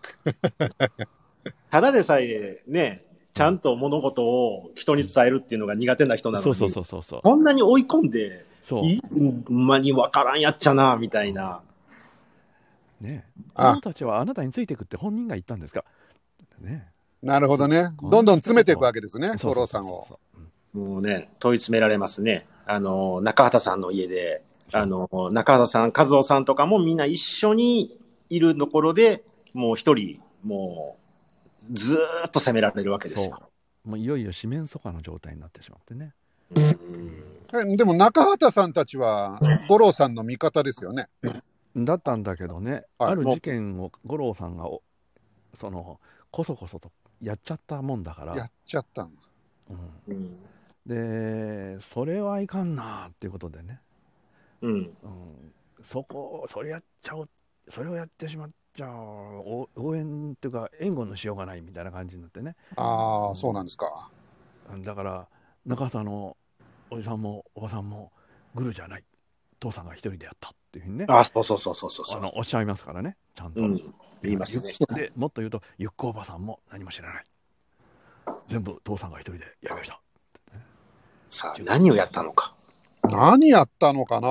ただでさえね、ちゃんと物事を人に伝えるっていうのが苦手な人なのに、 そうそうそうそう。 こんなに追い込んで、 そういほんまにわからんやっちゃな、みたいな。 ねえ、子供たちはあなたについていくって本人が言ったんですか。ね、 なるほどね。どんどん詰めていくわけですね、五郎さんを。 もうね、問い詰められますね。あの、中畑さんの家で、あの、中畑さん、和夫さんとかもみんな一緒にいるところで、もう一人、もう、ずーっと責められるわけですよ。 もういよいよ四面楚歌の状態になってしまってね。 うん、でも中畑さんたちは五郎さんの味方ですよね。 だったんだけどね、 はいある事件を五郎さんがおそのこそこそとやっちゃったもんだから、 やっちゃったんだ。 うんうん。 でそれはいかんなっていうことでね、 うん。 うん、そこそれやっちゃうそれをやってしまっちゃうお応援っていうか援護のしようがないみたいな感じになってね、 ああ、そうなんですか。 だから中田のおじさんもおばさんもグルじゃない、父さんが一人でやったっていうふうにね、 あ、そうそうそうそうそう。 あのおっしゃいますからね、ちゃんと、 うん。言いますね。 でもっと言うとゆっこおばさんも何も知らない、全部父さんが一人でやりました。 さあ、何をやったのか。 何やったのかな。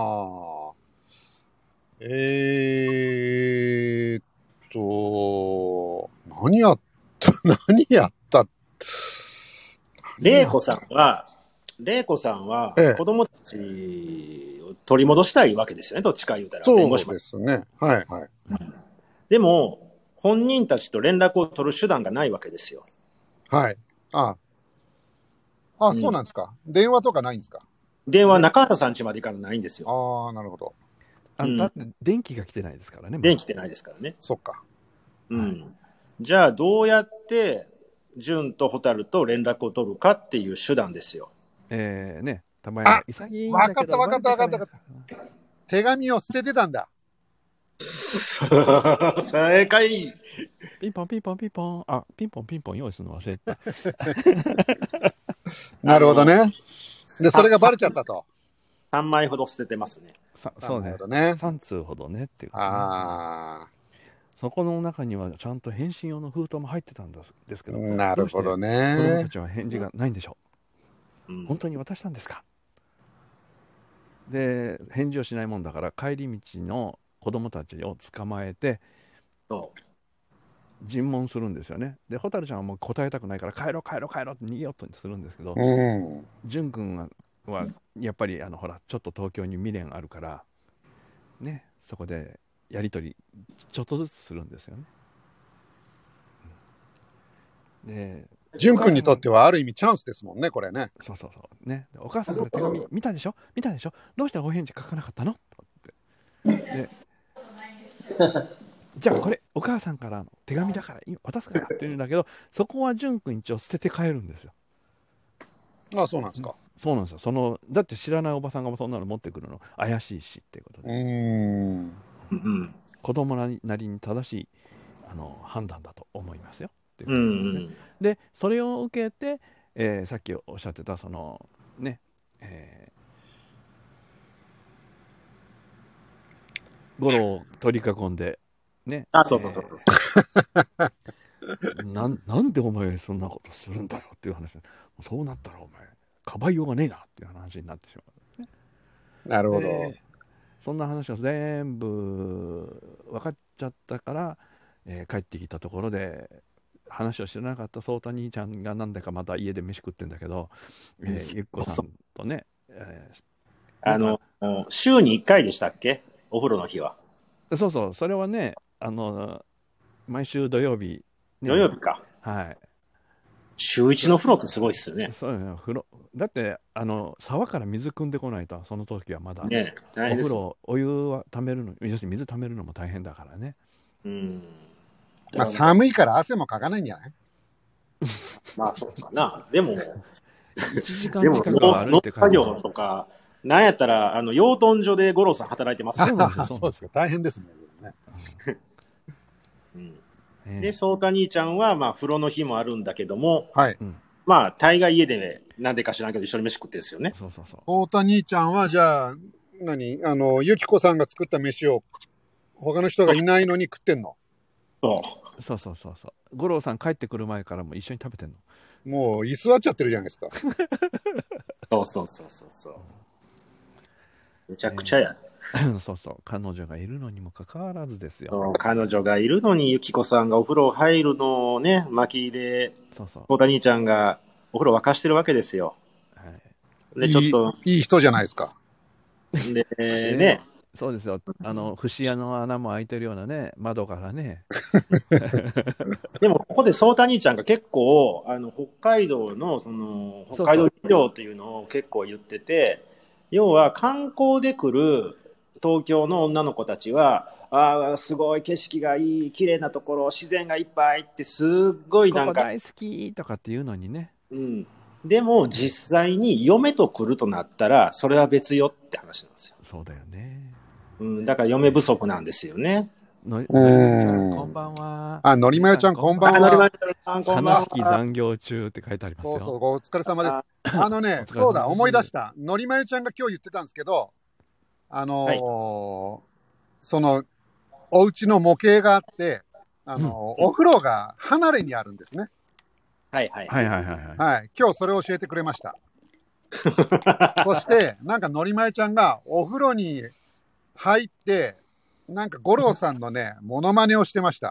えーっと、何やった、何やった。 玲子さんは、玲子さんはええ子供たちを取り戻したいわけですよね、どっちか言うたら。 そう弁護士もですね。はいはい。 でも、本人たちと連絡を取る手段がないわけですよ。 はい。ああ、 うんそうなんですか。電話とかないんですか。 電話、中畑さん家まで行かないんですよ。 ああ、なるほど。 うんあだって電気が来てないですからね、まだ電気ってないですからね。 そっか。 うん。じゃあ、どうやって、純と蛍と連絡を取るかっていう手段ですよ。 えー、ね、たまには潔いんだけど、 わかったわかったわかったわか手紙を捨ててたんだ。 正解。 ピンポンピンポンピンポン、あ、ピンポンピンポン用意するの忘れてた。 なるほどね。で、それがバレちゃったと。 さんまいほど捨ててますね。 さそうねなるほ、どね。 さん通ほどねっていうことね、 あそこの中にはちゃんと返信用の封筒も入ってたんですですけあ、 ど、 なるほど子供ねた。ちは返事がないんでしょう。 うん本当に渡したんですか。で返事をしないもんだから帰り道の子供たちを捕まえてそ尋問するんですよね。で蛍ちゃんはもう答えたくないから帰ろう帰ろう帰ろうって逃げようとするんですけど、 うん。 淳君ははやっぱりあのほらちょっと東京に未練あるからね、そこでやり取りちょっとずつするんですよね。うんで淳君にとってはある意味チャンスですもんね、これね。 そうそうそうね、でお母さんから手紙見たでしょ見たでしょどうしてお返事書かなかったのとかってでじゃあこれお母さんからの手紙だから今渡すからって言うんだけど、そこは淳君一応捨てて帰るんですよ。 ああ、そうなんですか。 そうなんですよ。そのだって知らないおばさんがそんなの持ってくるの怪しいしっていうことうで、 ーん。 う。うん。 子供なりなりに正しいあの判断だと思いますよっていううことでね、 ん。 でそれを受けて、えーさっきおっしゃってたそのね、えー、五郎を取り囲んでね、 あ、そうそうそうそう。 えーなんなんでお前そんなことするんだよっていう話で、そうなったらお前かばいようがねえなっていう話になってしまう。 なるほど。 でそんな話が全部分かっちゃったから、えー帰ってきたところで話を知らなかった颯太兄ちゃんがなんだかまた家で飯食ってんだけど、えーゆっこさんとね、えあの、週にいっかいでしたっけお風呂の日は。 ーそうそう、それはね、あの毎週土曜日、ね、 土曜日か。 はい、 週いちの風呂ってすごいっすよね。 そうよね、風呂だってあの沢から水汲んでこないとその時はまだ、 ねお大変です。 風呂お湯は溜めるの、要するに水溜めるのも大変だからね。 うん。 まあ、寒いから汗もかかないんじゃない？ まあそうかな。でも、 いちじかでも、 ん近くは歩いて帰る作業とか、なんやったら、あの、養豚場で五郎さん働いてますそうなんですよそうですか。大変ですね。 うんねで、そうた兄ちゃんは、まあ、風呂の日もあるんだけども、 はい。 まあ、大概家で、なんでか知らんけど、一緒に飯食ってるんですよね。 そうそうそう。 太田兄ちゃんは、じゃあ、何あの、ゆきこさんが作った飯を、他の人がいないのに食ってんの？ そう。 そうそうそうそう。五郎さん帰ってくる前からも一緒に食べてんの。 もう、居座っちゃってるじゃないですか。 そうそうそうそうそう。めちゃくちゃや。 そうそう。彼女がいるのにもかかわらずですよ。 そう彼女がいるのに、ゆきこさんがお風呂入るのをね、巻きで、 そうそう。 そうた兄ちゃんがお風呂沸かしてるわけですよ。 はい。 で、 いいちょっと、 いい人じゃないですか。 で、ね、 そうですよ。あの、節屋の穴も開いてるようなね、窓からね。 でも、ここでそうた兄ちゃんが結構、あの、北海道の、その、北海道事情っていうのを結構言ってて、要は観光で来る、 東京の女の子たちは、ああ、すごい景色がいい、綺麗なところ、自然がいっぱいってすっごいここなんか、 大好きとかっていうのにね。 うん。でも実際に嫁と来るとなったら、それは別よって話なんですよ。 そうだよね。 うん、だから嫁不足なんですよね。 ののりうーんまよちゃんこんばんは。 あ、のりまよちゃんこんばんはあのりまよさん、こんばんは。 悲しき残業中って書いてありますよ。 そうそう、お疲れ様です。あのね、 お疲れ様ですそうだ、思い出した。のりまよちゃんが今日言ってたんですけど、あのーはいその、お家の模型があって、あのーお風呂が離れにあるんですね。 はいはい。 はいはいはいはい。 はい。今日それを教えてくれました。そして、なんかのりまよちゃんがお風呂に入って、なんか五郎さんのね、モノマネをしてました。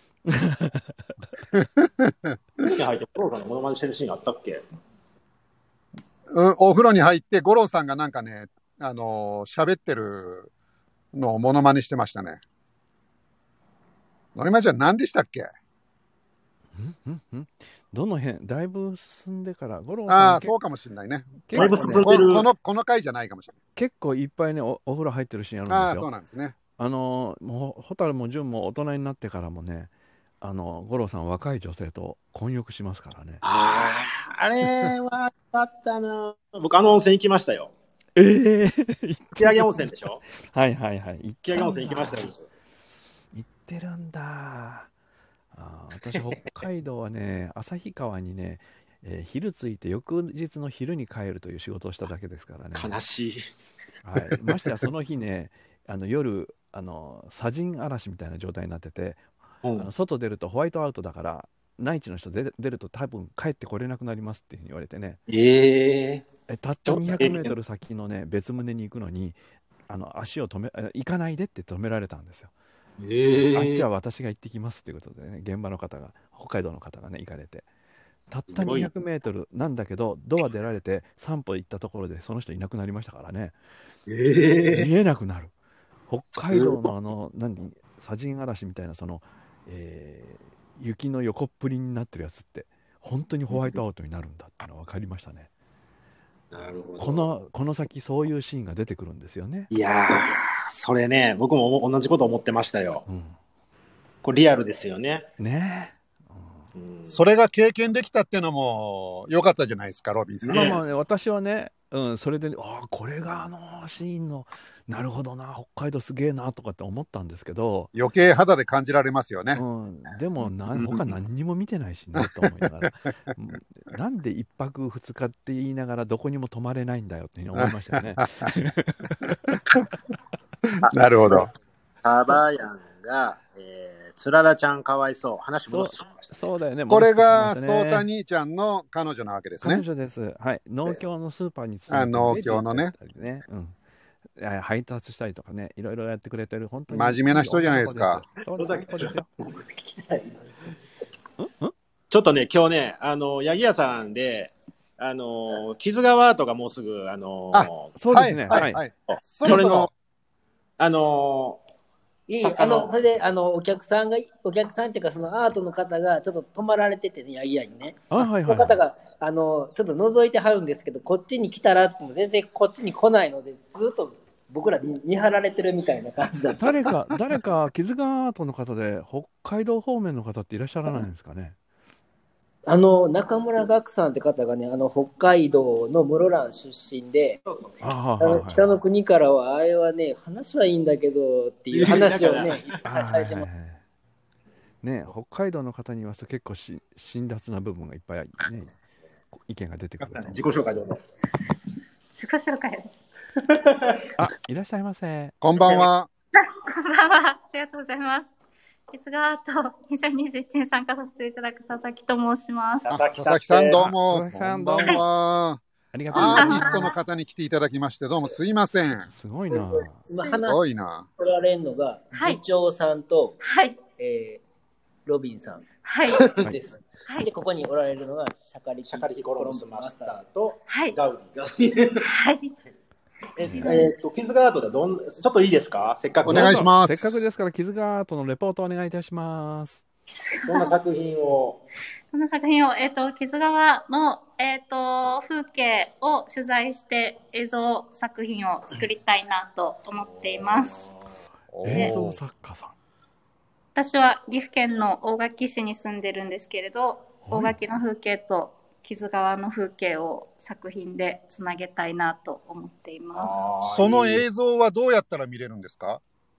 に入って、プロさんのモノマネしてるシーンあったっけ？ うん、お風呂に入って五郎さんがなんかね、あのー喋ってるのをモノマネしてましたね。のりまよちゃん何でしたっけ？ んんんどの辺だいぶ進んでから五郎ああ、 さんけそうかもしれないね。 結だいぶ構ねこ進んでるこの、この回じゃないかもしれ結構いっぱいねおお風呂入ってるシーンあるんない。ああ、 ですよ。 そうなんですね。 あのもう蛍も純も大人になってからもね、あの五郎さん若い女性と混浴しますからね。 ああ、あれはあったな。僕あの温泉行きましたよ。 ええ吹上温泉でしょ？ はいはいはい。行ったんだ吹上温泉行きましたよ。 行ってるんだ。あー私北海道はね旭川にね、えー昼着いて翌日の昼に帰るという仕事をしただけですからね。 悲しい。 はい、ましてやその日ねあの夜あの砂塵嵐みたいな状態になってて、 うあの外出るとホワイトアウトだから内地の人出出ると多分帰ってこれなくなりますっていうふうに言われてね、 えええたったにひゃくメートル先のね別棟に行くのにあの足を止めえ行かないでって止められたんですよ。 ええあっちは私が行ってきますっていうことでね、現場の方が北海道の方がね行かれて、たったにひゃくメートルなんだけどドア出られて散歩行ったところでその人いなくなりましたからね。 ええ見えなくなる。北海道のあの何砂塵嵐みたいなその、えー雪の横っぷりになってるやつって本当にホワイトアウトになるんだってのが分かりましたね。 なるほど。 このこの先そういうシーンが出てくるんですよね。 いやー、それね、僕も同じこと思ってましたよ。 うん、 これリアルですよね。 ねえ、 うんそれが経験できたっていうのも良かったじゃないですか、ロビンさん。 まあまあね、私はね、うん、それで、ああ、これがあのシーンの、なるほどな、北海道すげえなとかって思ったんですけど、 余計肌で感じられますよね。 うん、でもな、他何にも見てないしね、と思いながら、うんなんで一泊二日って言いながら、どこにも泊まれないんだよっていうふうに思いましたよね。 なるほど。 サバヤンが、えー、つららちゃんかわいそう。話戻してしまいましたね。 そうだよね、 これが、 戻ってきましたねソータ兄ちゃんの彼女なわけですね。 彼女です。はい、農協のスーパーに勤めてあ農協のねレジだったりね、うんえ配達したりとかね、いろいろやってくれてる、本当に真面目な人じゃないですか。 そうです、そうですよ。 ちょっとね、今日ね、あの、八木屋さんで、あの、木津川アートがもうすぐ、あの、 あそうですね、 はい、はい、はい。そろそろそれの、あの、 いい、あの、それで、あの、お客さんが、お客さんっていうか、そのアートの方が、ちょっと泊まられててね、ヤギ屋にね。 あ、はいそはいはい。 の方が、あの、ちょっと覗いてはるんですけど、こっちに来たらっても全然こっちに来ないので、ずっと僕らに見張られてるみたいな感じだった。 誰か、誰か、木津川アートの方で、北海道方面の方っていらっしゃらないんですかね。 あの、中村岳さんって方がね、あの、北海道の室蘭出身で、 そうそうそう。 あはあのはは北の国からは、あれはね、話はいいんだけどっていう話をいやね、一切あされてます。 ね、北海道の方に言わすと結構し辛辣な部分がいっぱいね、意見が出てくると思う。 自己紹介どうぞ。 自己紹介です。 あ、いらっしゃいませ。 こんばんは。 こんばんは。ありがとうございます。キスガートにせんにじゅういちに参加させていただく佐々木と申します。 あ佐々木さんどうも。 佐々木さんこんばんは。 ありがとうございアーティまストの方に来ていただきまして、どうもすいません。 す。すごいな。 す今話ごいな。 取られるのが、 はい部長さんと、 はい。 えー、ロビンさんはい。 いです。 はいで、。ここにおられるのが、シャカリキシャカリキコロンブスマスターとはい。 ガウディ。 はい。 ええっと、キズガートでどん、ちょっといいですか？せっかく。 お願いしますせっかくですから、木津川アートのレポートお願いいたします。 どんな作品を。 この作品を、えっ、と、木津川の、えっ、と、風景を取材して映像作品を作りたいなと思っています。 映像作家さん。 私は岐阜県の大垣市に住んでるんですけれど、大垣の風景と木津川の風景を作品でつなげたいなと思っています。 その映像はどうやったら見れるんですか？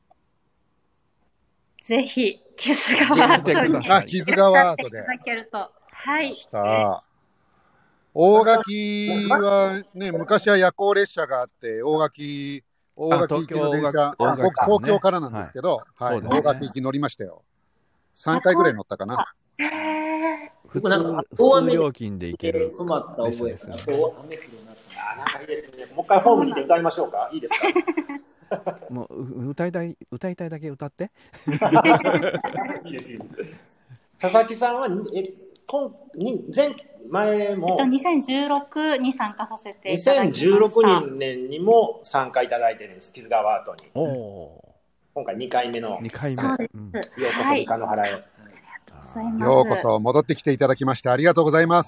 ぜひ、木津川アートにあ、木津川アートで。 いただけると。はい。 大垣はね、昔は夜行列車があって、大垣、大垣行きの電車、あ、僕東京からなんですけど、はい、大垣行き乗りましたよ。さんかいぐらい乗ったかな。 普通、普通料金で行ける列車ですね。 あ、なんかいいですね。もう一回ホームにて歌いましょうか。いいですか。 もう歌いたい歌いたいだけ歌って。 いいですよ。佐々木さんはえ今に前前も、 えっと、にせんじゅうろくに参加させていただきました。 にせんじゅうろくねんにも参加いただいてるんです。木津川アートに。 お今回にかいめのにかいめ。 そうです。 ようこそ三日の原へ。 ようこそ戻ってきていただきましてありがとうございます。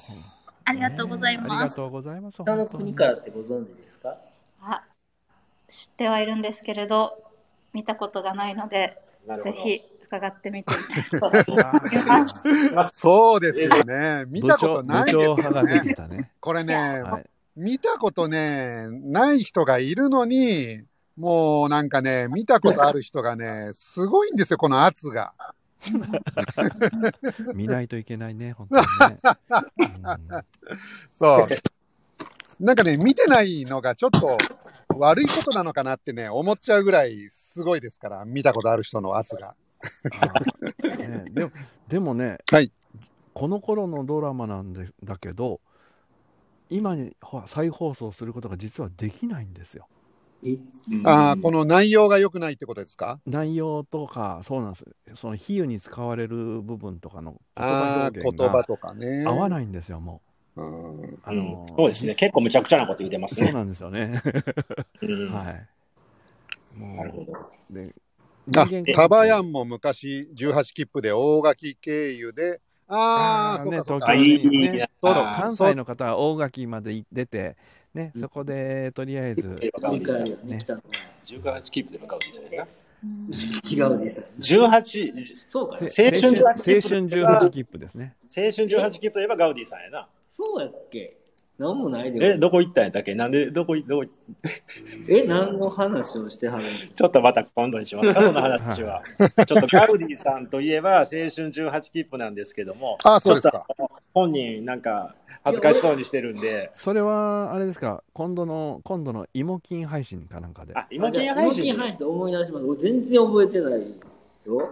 ありがとうございます。 ありがとうございます。 北の国からってご存知ですか？ あ、知ってはいるんですけれど、見たことがないので、ぜひ伺ってみてみたいと思います。 そうですよね。見たことないですよね。 ねこれね、はい、見たことね、ない人がいるのに、もうなんかね、見たことある人がね、すごいんですよ、この圧が。 見ないといけないね、本当にね。 うん、そう。なんかね、見てないのがちょっと悪いことなのかなってね、思っちゃうぐらいすごいですから、見たことある人の圧が。 ね、でも、でもね、 はい、 この頃のドラマなんでだけど、今に再放送することが実はできないんですよ。 ああ、この内容が良くないってことですか？ 内容とか、そうなんです。その比喩に使われる部分とかの言葉表現が合わないんですよ、もう。 うん、あのー、そうですね。結構むちゃくちゃなこと言ってますね。 そうなんですよね。 うん、 はい。 もうなるほど。 で、あ、タバヤンも昔じゅうはち切符で大垣経由で、ああ、そうかそうか。 ね、関西の方は大垣まで出て、ね、そこでとりあえず、ね、 じゅうはち切符で向かうんですよね。違うね。 じゅうはち、そうか。青春じゅうはち切符ですね。 青春じゅうはち切符といえばガウディさんやな。 そうやっけ？なんもないで。 え、どこ行ったんやったっけ？なんで、どこ、どこえ、何の話をしてはるんですか？ ちょっとまた今度にしますか、その話は。ちょっとガウディさんといえば青春じゅうはち切符なんですけども、 あ、そうですか。 本人なんか恥ずかしそうにしてるんで。 それはあれですか、今度の今度の芋金配信かなんかで。 あ、芋金配信。 芋金配信で思い出します。俺全然覚えてないよ。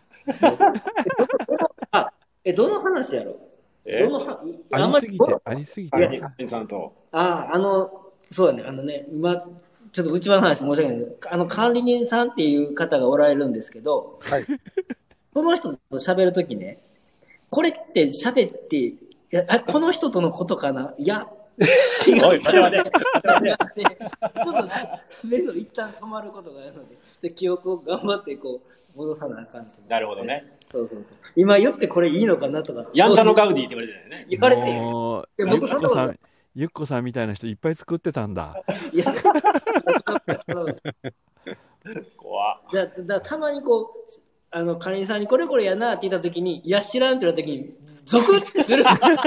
あ、え、どの話やろ？ えありすぎて、ありすぎて。 あ、あの、そうやね、あのね、今、ちょっと内輪の話申し訳ないけど、あの、管理人さんっていう方がおられるんですけど、 はい、 その人と喋るときね、これって喋って、いや、あ、この人とのことかな、いや、違う。おい、待て待て。ちょっと喋るの一旦止まることがあるので、ちょっと記憶を頑張ってこう、戻さなあかんと。 なるほどね。 そうそうそう。今言ってこれいいのかなとか。 やんちゃのガウディって言われてるよね。 言われてる。 もうゆっこさん、ゆっこさんみたいな人いっぱい作ってたんだ。いや、 怖っ。 だだたまにこう、あの、管理人さんにこれこれやなって言ったときに、いや、知らんって言ったときに、ゾクッてする。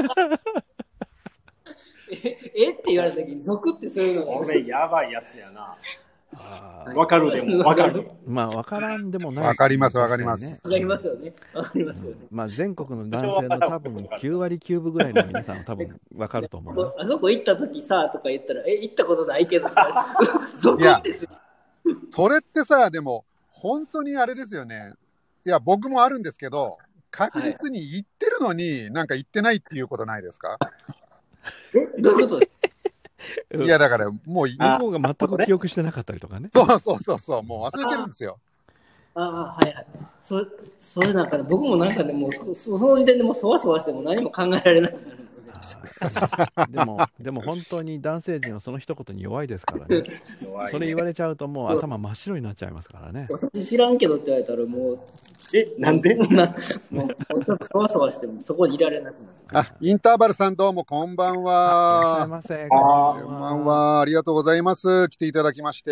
え、えって言われたときに、ゾクッてするのが。 これやばいやつやな。わかるでもわかる。 まあわからんでもない。 わかりますわかります。 わかりますよね。わかりますよね。 まあ全国の男性の多分きゅうわりきゅうぶぐらいの皆さんは多分わかると思う。 あそこ行った時さとか言ったら、え、行ったことないけど、ゾクッてする。 それってさ、でも本当にあれですよね。いや僕もあるんですけど、確実に行ってるのになんか行ってないっていうことないですか？ え、どういうことですか？ いやだからもう向こうが全く記憶してなかったりとかね。 そうそうそうそう、もう忘れてるんですよ。 ああ、はいはい。そそれなんかね、僕もなんかね、もう そ, その時点でもうそわそわしても何も考えられなくなるので。 でもでも本当に男性陣はその一言に弱いですからね。それ言われちゃうともう頭真っ白になっちゃいますからね。 私知らんけどって言われたらもうえ、なんでなもうちょっとそわそわしてもそこにいられなくなる。 あ、インターバルさんどうもこんばんいらっしゃいは。 ませ。 あーこんばんは。ありがとうございます。来ていただきまして。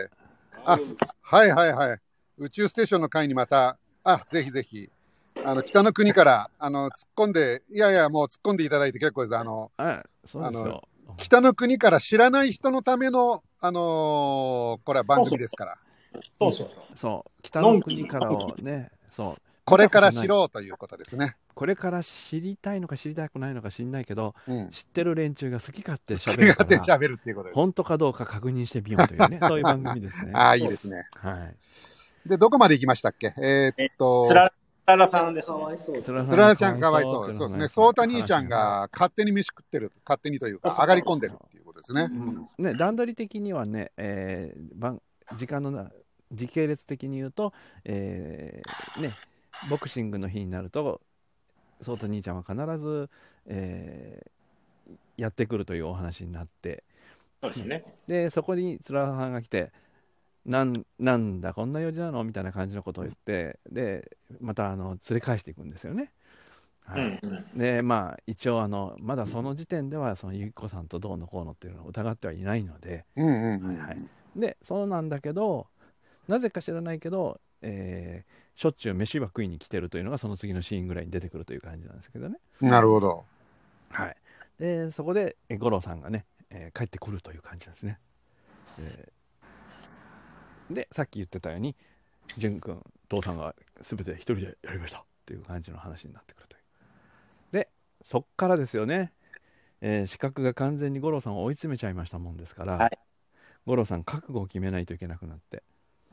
あ、はいはいはい。宇宙ステーションの会にまた、あ、ぜひぜひ。あの、北の国から、あの、突っ込んで、いやいや、もう突っ込んでいただいて結構です。あの、 あ、そうですよ。 北の国から知らない人のための、あのーこれは番組ですから。 そうそうそう。 そう、北の国からをね、そう。 これから見たことない知ろうということですね。 これから知りたいのか知りたくないのか知んないけど、 うん。 知ってる連中が好き勝手喋手が手るから、 喋るっていうことです。 本当かどうか確認してみようというね、そういう番組ですね。 ああ、いいですね。 はい。 で、どこまで行きましたっけ？えーっと、 つららさんですね。 かわいそう。 つらつららちゃんかわいそう。そうですね。そうた兄ちゃんが勝手に飯食ってる。勝手にというか、上がり込んでるっていうことですね。 うんね、段取り的にはね、えー番時間のな時系列的に言うと、えーね、ボクシングの日になるとそうた兄ちゃんは必ず、えーやってくるというお話になって、 そうですね。 でそこにつららさんが来てなんなんだこんな用事なのみたいな感じのことを言って、でまたあの連れ返していくんですよね。はい、 うんうん。 でまあ一応あのまだその時点ではそのゆきこさんとどうのこうのっていうのを疑ってはいないので、 うんうんうん。 はいはいでそうなんだけどなぜか知らないけど、えーしょっちゅう飯は食いに来てるというのがその次のシーンぐらいに出てくるという感じなんですけどね。 なるほど。 はい、でそこでえ五郎さんがね、えー帰ってくるという感じなんですね。えーでさっき言ってたように淳君父さんが全て一人でやりましたっていう感じの話になってくるという。でそっからですよね、えー、視覚が完全に五郎さんを追い詰めちゃいましたもんですから、 はい、 五郎さん覚悟を決めないといけなくなって、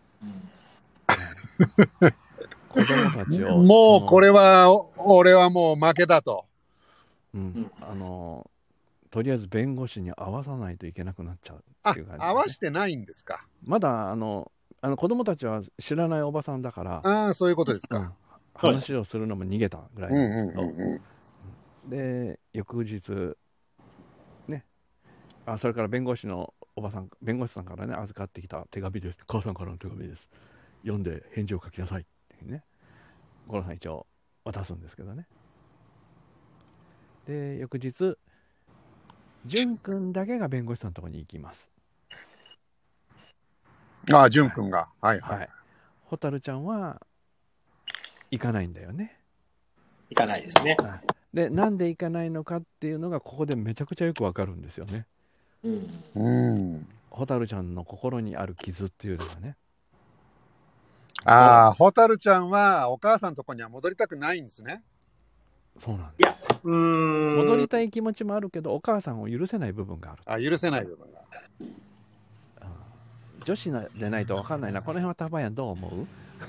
子供たちをもうこれは、俺はもう負けだと。 うん、あのとりあえず弁護士に会わさないといけなくなっちゃうっていう感じ、ね、 合わしてないんですか。 まだあのあの子供たちは知らないおばさんだから、 ああ、そういうことですか。 うん、話をするのも逃げたぐらいなんですけど、 うんうんうんうん、 で翌日ね、あそれから弁護士のおばさん弁護士さんからね預かってきた手紙です、母さんからの手紙です、読んで返事を書きなさいっていうね五郎さん一応渡すんですけどね。で翌日淳君だけが弁護士さんのところに行きます。 ああ、淳君が。はいはい。 はい。蛍ちゃんは行かないんだよね。 行かないですね。 はい、で、なんで行かないのかっていうのがここでめちゃくちゃよくわかるんですよね。 うん。 うん。 蛍ちゃんの心にある傷っていうのがね。 ああ、蛍ちゃんはお母さんのところには戻りたくないんですね。 そうなんです。 いや、うーん。 戻りたい気持ちもあるけど、お母さんを許せない部分がある。 あ、許せない部分が。 女子でないと分かんないな。この辺はタバヤンどう思う？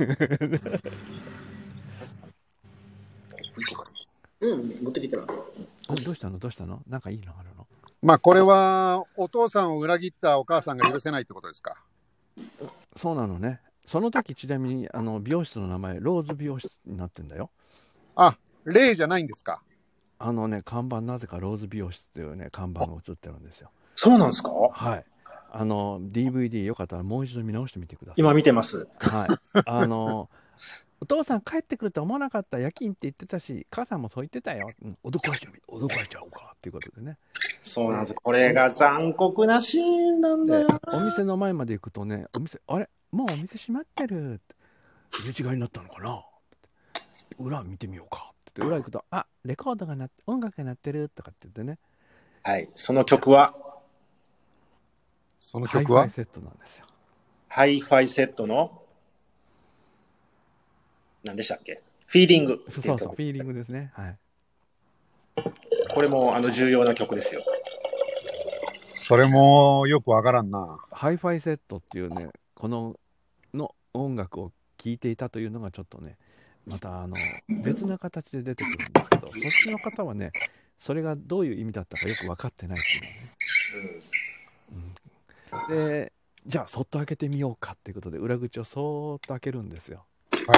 うん、持ってきたら。 どうしたのどうしたのなんかいいのあるの？ まあこれはお父さんを裏切ったお母さんが許せないってことですか？ そうなのね。その時ちなみにあの美容室の名前ローズ美容室になってんだよ。 あ、レイじゃないんですか？ あのね看板なぜかローズ美容室っていうね看板が映ってるんですよ。 そうなんですか？ はい。あの ディーブイディー よかったらもう一度見直してみてください。 今見てます。 はい。あのお父さん帰ってくると思わなかった、夜勤って言ってたし、母さんもそう言ってたよ。うん、脅かしてみ、脅かしちゃおうかっていうことでね。 そうなんです。これが残酷なシーンなんだよな。 お店の前まで行くとね、お店、あれもうお店閉まってる。入れ違いになったのかな。裏見てみようかって裏行くと、あ、レコードがなって、音楽が鳴ってるとかって言ってね。 はい。その曲はその曲はハイファイセットなんですよ。 ハイファイセットの何でしたっけ？フィーリング。 そうそうそう、フィーリングですね。はい。 これもあの重要な曲ですよ。 それもよくわからんな。 ハイファイセットっていうね、このの音楽を聴いていたというのがちょっとね、またあの別な形で出てくるんですけど、そっちの方はね、それがどういう意味だったかよく分かってないっていうのね。うん、で、じゃあそっと開けてみようかっていうことで裏口をそーっと開けるんですよ。 はい。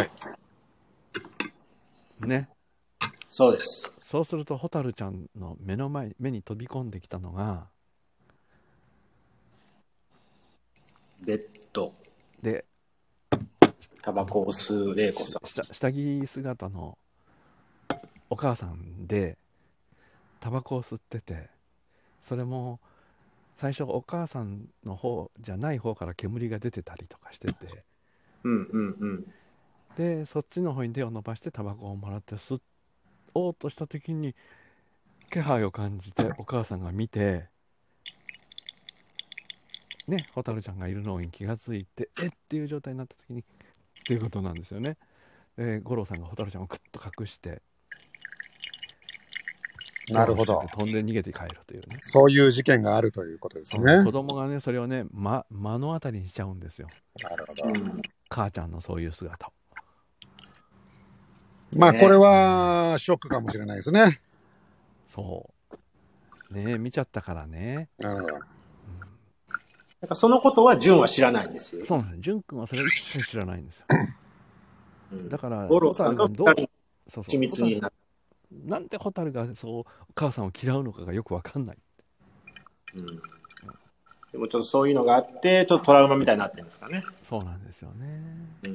ね。そうです。 そうすると蛍ちゃんの目の前目に飛び込んできたのがベッドで、 タバコを吸う玲子さん。 下下着姿のお母さんでタバコを吸ってて、それも最初お母さんの方じゃない方から煙が出てたりとかしてて、 うんうんうん。 でそっちの方に手を伸ばしてタバコをもらって吸おうとした時に気配を感じてお母さんが見てね、蛍ちゃんがいるのに気がついてえっていう状態になった時にっていうことなんですよね。で五郎さんが蛍ちゃんをクッと隠してなるほど。 飛んで逃げて帰るというね。 そういう事件があるということですね。 子供がねそれをね、ま、目の当たりにしちゃうんですよ。 なるほど。 うん、 母ちゃんのそういう姿を。 まあこれはショックかもしれないですね。 そうね、見ちゃったからね。 なるほど。 なんかそのことは純は知らないんですよ。 そうなんです。純くんはそれを一切知らないんですよ。 うん、 だから五郎さんとどう二人緻密になって、 なんで蛍がそうお母さんを嫌うのかがよくわかんない。 うん、でもちょっとそういうのがあってちょっとトラウマみたいになってるんですかね。 そうなんですよね。 うん、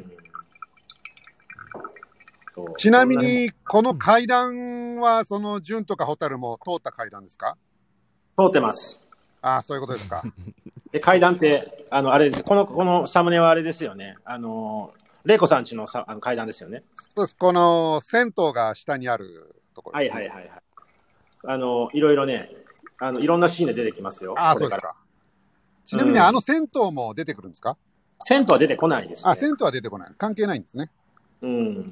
そうちなみにこの階段はその純とか蛍も通った階段ですか？ 通ってます。 ああ、そういうことですか。 で階段ってあのあれです。このこのサムネはあれですよね。あの玲子さん家のさあの階段ですよね。 そうです。この銭湯が下にあるところはです、ね。 いはいはいはい。あのいろいろね、あのいろんなシーンで出てきますよ。 ああ、そうですか。ちなみに、あの銭湯も出てくるんですか？ 銭湯は出てこないです、ね。 あ、銭湯は出てこない。関係ないんですね。 うん。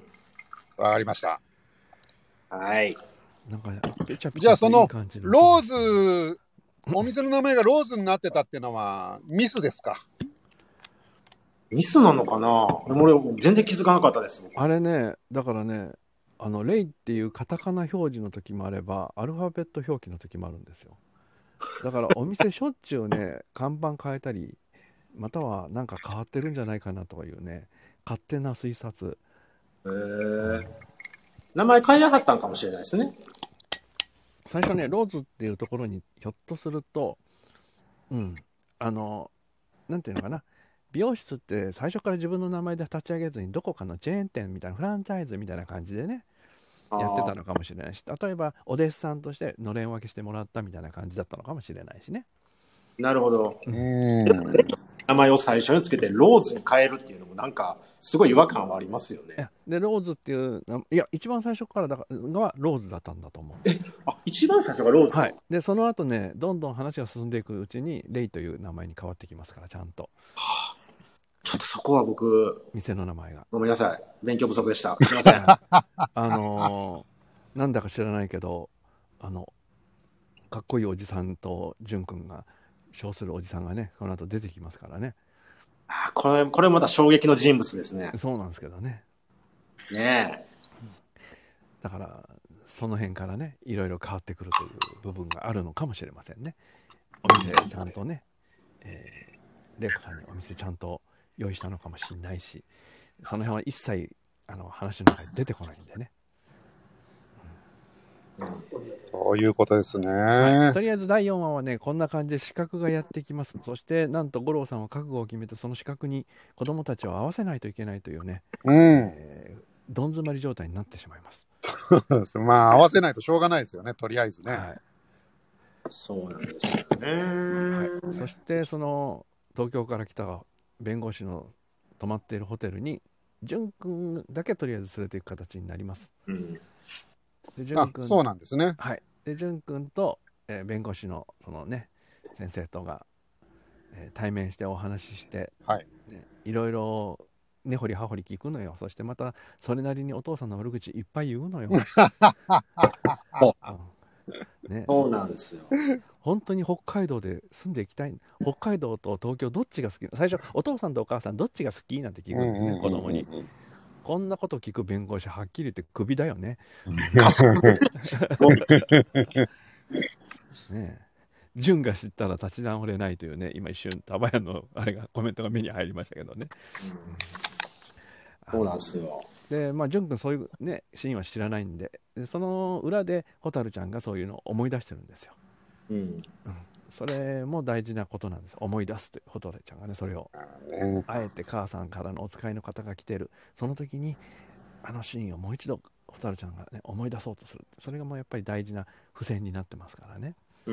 わかりました。 はい。 なんかペチャペチャじゃあそのいいローズ、お店の名前がローズになってたっていうのはミスですか？ ミスなのかな？俺全然気づかなかったです。 あれね、だからね、あのレイっていうカタカナ表示の時もあればアルファベット表記の時もあるんですよ。だからお店しょっちゅうね看板変えたりまたはなんか変わってるんじゃないかなというね勝手な推察。 へー、名前変えなかったのかもしれないですね。 最初ねローズっていうところにひょっとするとうんあのなんていうのかな、美容室って最初から自分の名前で立ち上げずにどこかのチェーン店みたいなフランチャイズみたいな感じでねやってたのかもしれないし、例えばお弟子さんとしてのれん分けしてもらったみたいな感じだったのかもしれないしね。 なるほど。 うーん。 名前を最初につけてローズに変えるっていうのもなんかすごい違和感はありますよね。 でローズっていういや一番最初からだからがローズだったんだと思う。 え、あ、一番最初がローズ。 はい。でその後ねどんどん話が進んでいくうちにレイという名前に変わってきますからちゃんと。 はあ、ちょっとそこは僕店の名前がごめんなさい、勉強不足でした。すいません。 あのー、なんだか知らないけどあのかっこいいおじさんと淳くんが称するおじさんがねこの後出てきますからね。 あ、これこれまた衝撃の人物ですね。 そうなんですけどね。 ねえ。 だからその辺からねいろいろ変わってくるという部分があるのかもしれませんね。お店ちゃんとね、えー、玲子さんにお店ちゃんと用意したのかもしれないし、その辺は一切あの話の中に出てこないんでね。 そういうことですね、 はい、とりあえずだいよんわはねこんな感じで刺客がやってきます。そしてなんと五郎さんは覚悟を決めてその刺客に子供たちを合わせないといけないというね、 うん、 えー、どん詰まり状態になってしまいます。 まあ合わせないとしょうがないですよね、とりあえずね。 はい、そうなんですよね、 はい、そしてその東京から来た弁護士の泊まっているホテルに淳くんだけとりあえず連れていく形になります。 うん、 で淳くん、 そうなんですね。 はい。で淳くんと、えー、弁護士のそのね先生とが、えー、対面してお話しして、 はいね、いろいろ根掘り葉掘り聞くのよ。そしてまたそれなりにお父さんの悪口いっぱい言うのよ。ね、 そうなんですよ。 本当に北海道で住んでいきたい。北海道と東京どっちが好き？最初お父さんとお母さんどっちが好きなんて聞くんだよね、子供に。こんなこと聞く弁護士はっきり言ってクビだよね。ねえ、淳が知ったら立ち直れないというね、今一瞬タバヤのあれがコメントが目に入りましたけどね。 うん、そうなんですよ。 でまあ淳君そういうねシーンは知らないんで、でその裏で蛍ちゃんがそういうのを思い出してるんですよ。 うん、 それも大事なことなんです。思い出すという蛍ちゃんがね、それをね、 あえて母さんからのお使いの方が来てるその時にあのシーンをもう一度蛍ちゃんがね思い出そうとする、それがもうやっぱり大事な付箋になってますからね。 うん。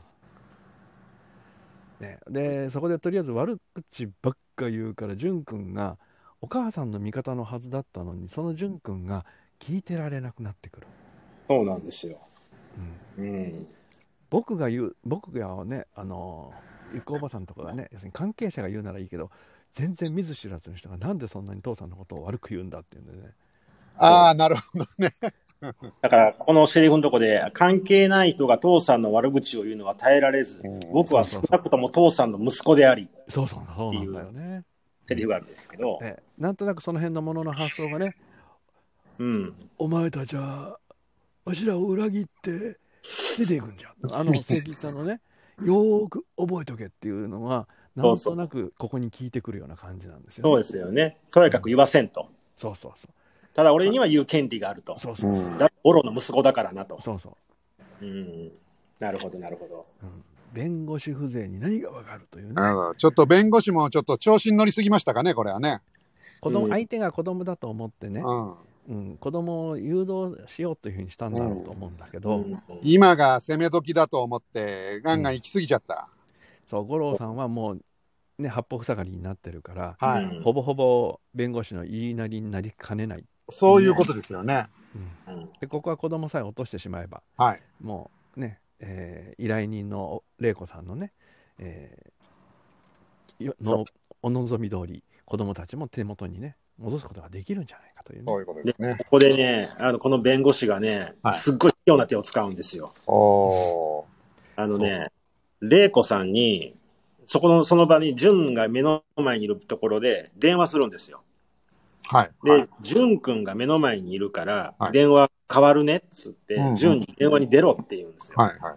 ね、でそこでとりあえず悪口ばっか言うから淳君がお母さんの味方のはずだったのに、その淳君が聞いてられなくなってくる。 そうなんですよ。 うんうん。 僕が言う僕がねあのゆっこおばさんとかがね、要するに関係者が言うならいいけど、全然見ず知らずの人がなんでそんなに父さんのことを悪く言うんだっていうんでね。 ああ、なるほどね。 だから、このセリフのとこで、関係ない人が父さんの悪口を言うのは耐えられず、 うん僕は少なくとも父さんの息子であり、 そうそうそうなんだよね。 セリフがあるんですけど、 ね、なんとなくその辺のものの発想がね、 うん。 お前たちはわしらを裏切って出ていくんじゃん、あの清吉さんのねよーく覚えとけっていうのがなんとなくここに効いてくるような感じなんですよね。 そうですよね。とにかく言わせんと。 そうそうそう。 ただ俺には言う権利があると。 そうそうそう。 うんだってオロの息子だからなと。 そうそうう。 ん。なるほど、なるほど。 うん、弁護士風情に何がわかるというね。 あちょっと弁護士もちょっと調子に乗りすぎましたかね、これはね。 子供、 うん相手が子供だと思ってね、 うんうん、子供を誘導しようというふうにしたんだろうと思うんだけど、 うん今が攻め時だと思ってガンガン行き過ぎちゃった。 そう五郎さんはもうね八方塞がりになってるから、 はい、 うんほぼほぼ弁護士の言いなりになりかねない。 そういうことですよね。 うんうんでここは子供さえ落としてしまえばはい。 もうね、えー依頼人の玲子さんのね、えーよのお望み通り子供たちも手元にね戻すことができるんじゃないかというね。 そういうことですね。 ここでね、あの、この弁護士がね、 はいすっごい卑怯な手を使うんですよ。 おー。 あのね、玲子さんに、そこの、その場に、淳が目の前にいるところで電話するんですよ。 はい。 で、淳くんが目の前にいるから、 はい電話変わるねっつってうんうん、 淳に電話に出ろって言うんですよ。 はい。はい。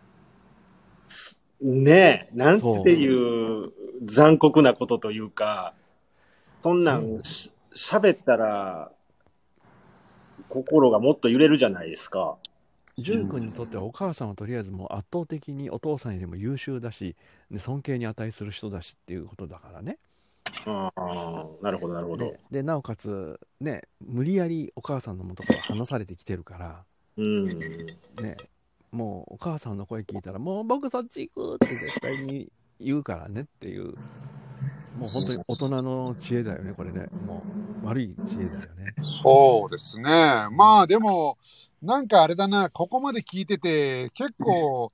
ねえ、なんていう残酷なことというか、そんなんし喋ったら、心がもっと揺れるじゃないですか。 淳君にとってはお母さんはとりあえずもう圧倒的にお父さんよりも優秀だし、ね、尊敬に値する人だしっていうことだからね。 ああ、なるほど、なるほど。 ででなおかつね無理やりお母さんの元から離されてきてるからうん。 ね、もうお母さんの声聞いたらもう僕そっち行くって絶対に言うからねっていう、もう本当に大人の知恵だよねこれね。もう悪い知恵だよね。 そうですね。まあでも、なんかあれだな、ここまで聞いてて、結構、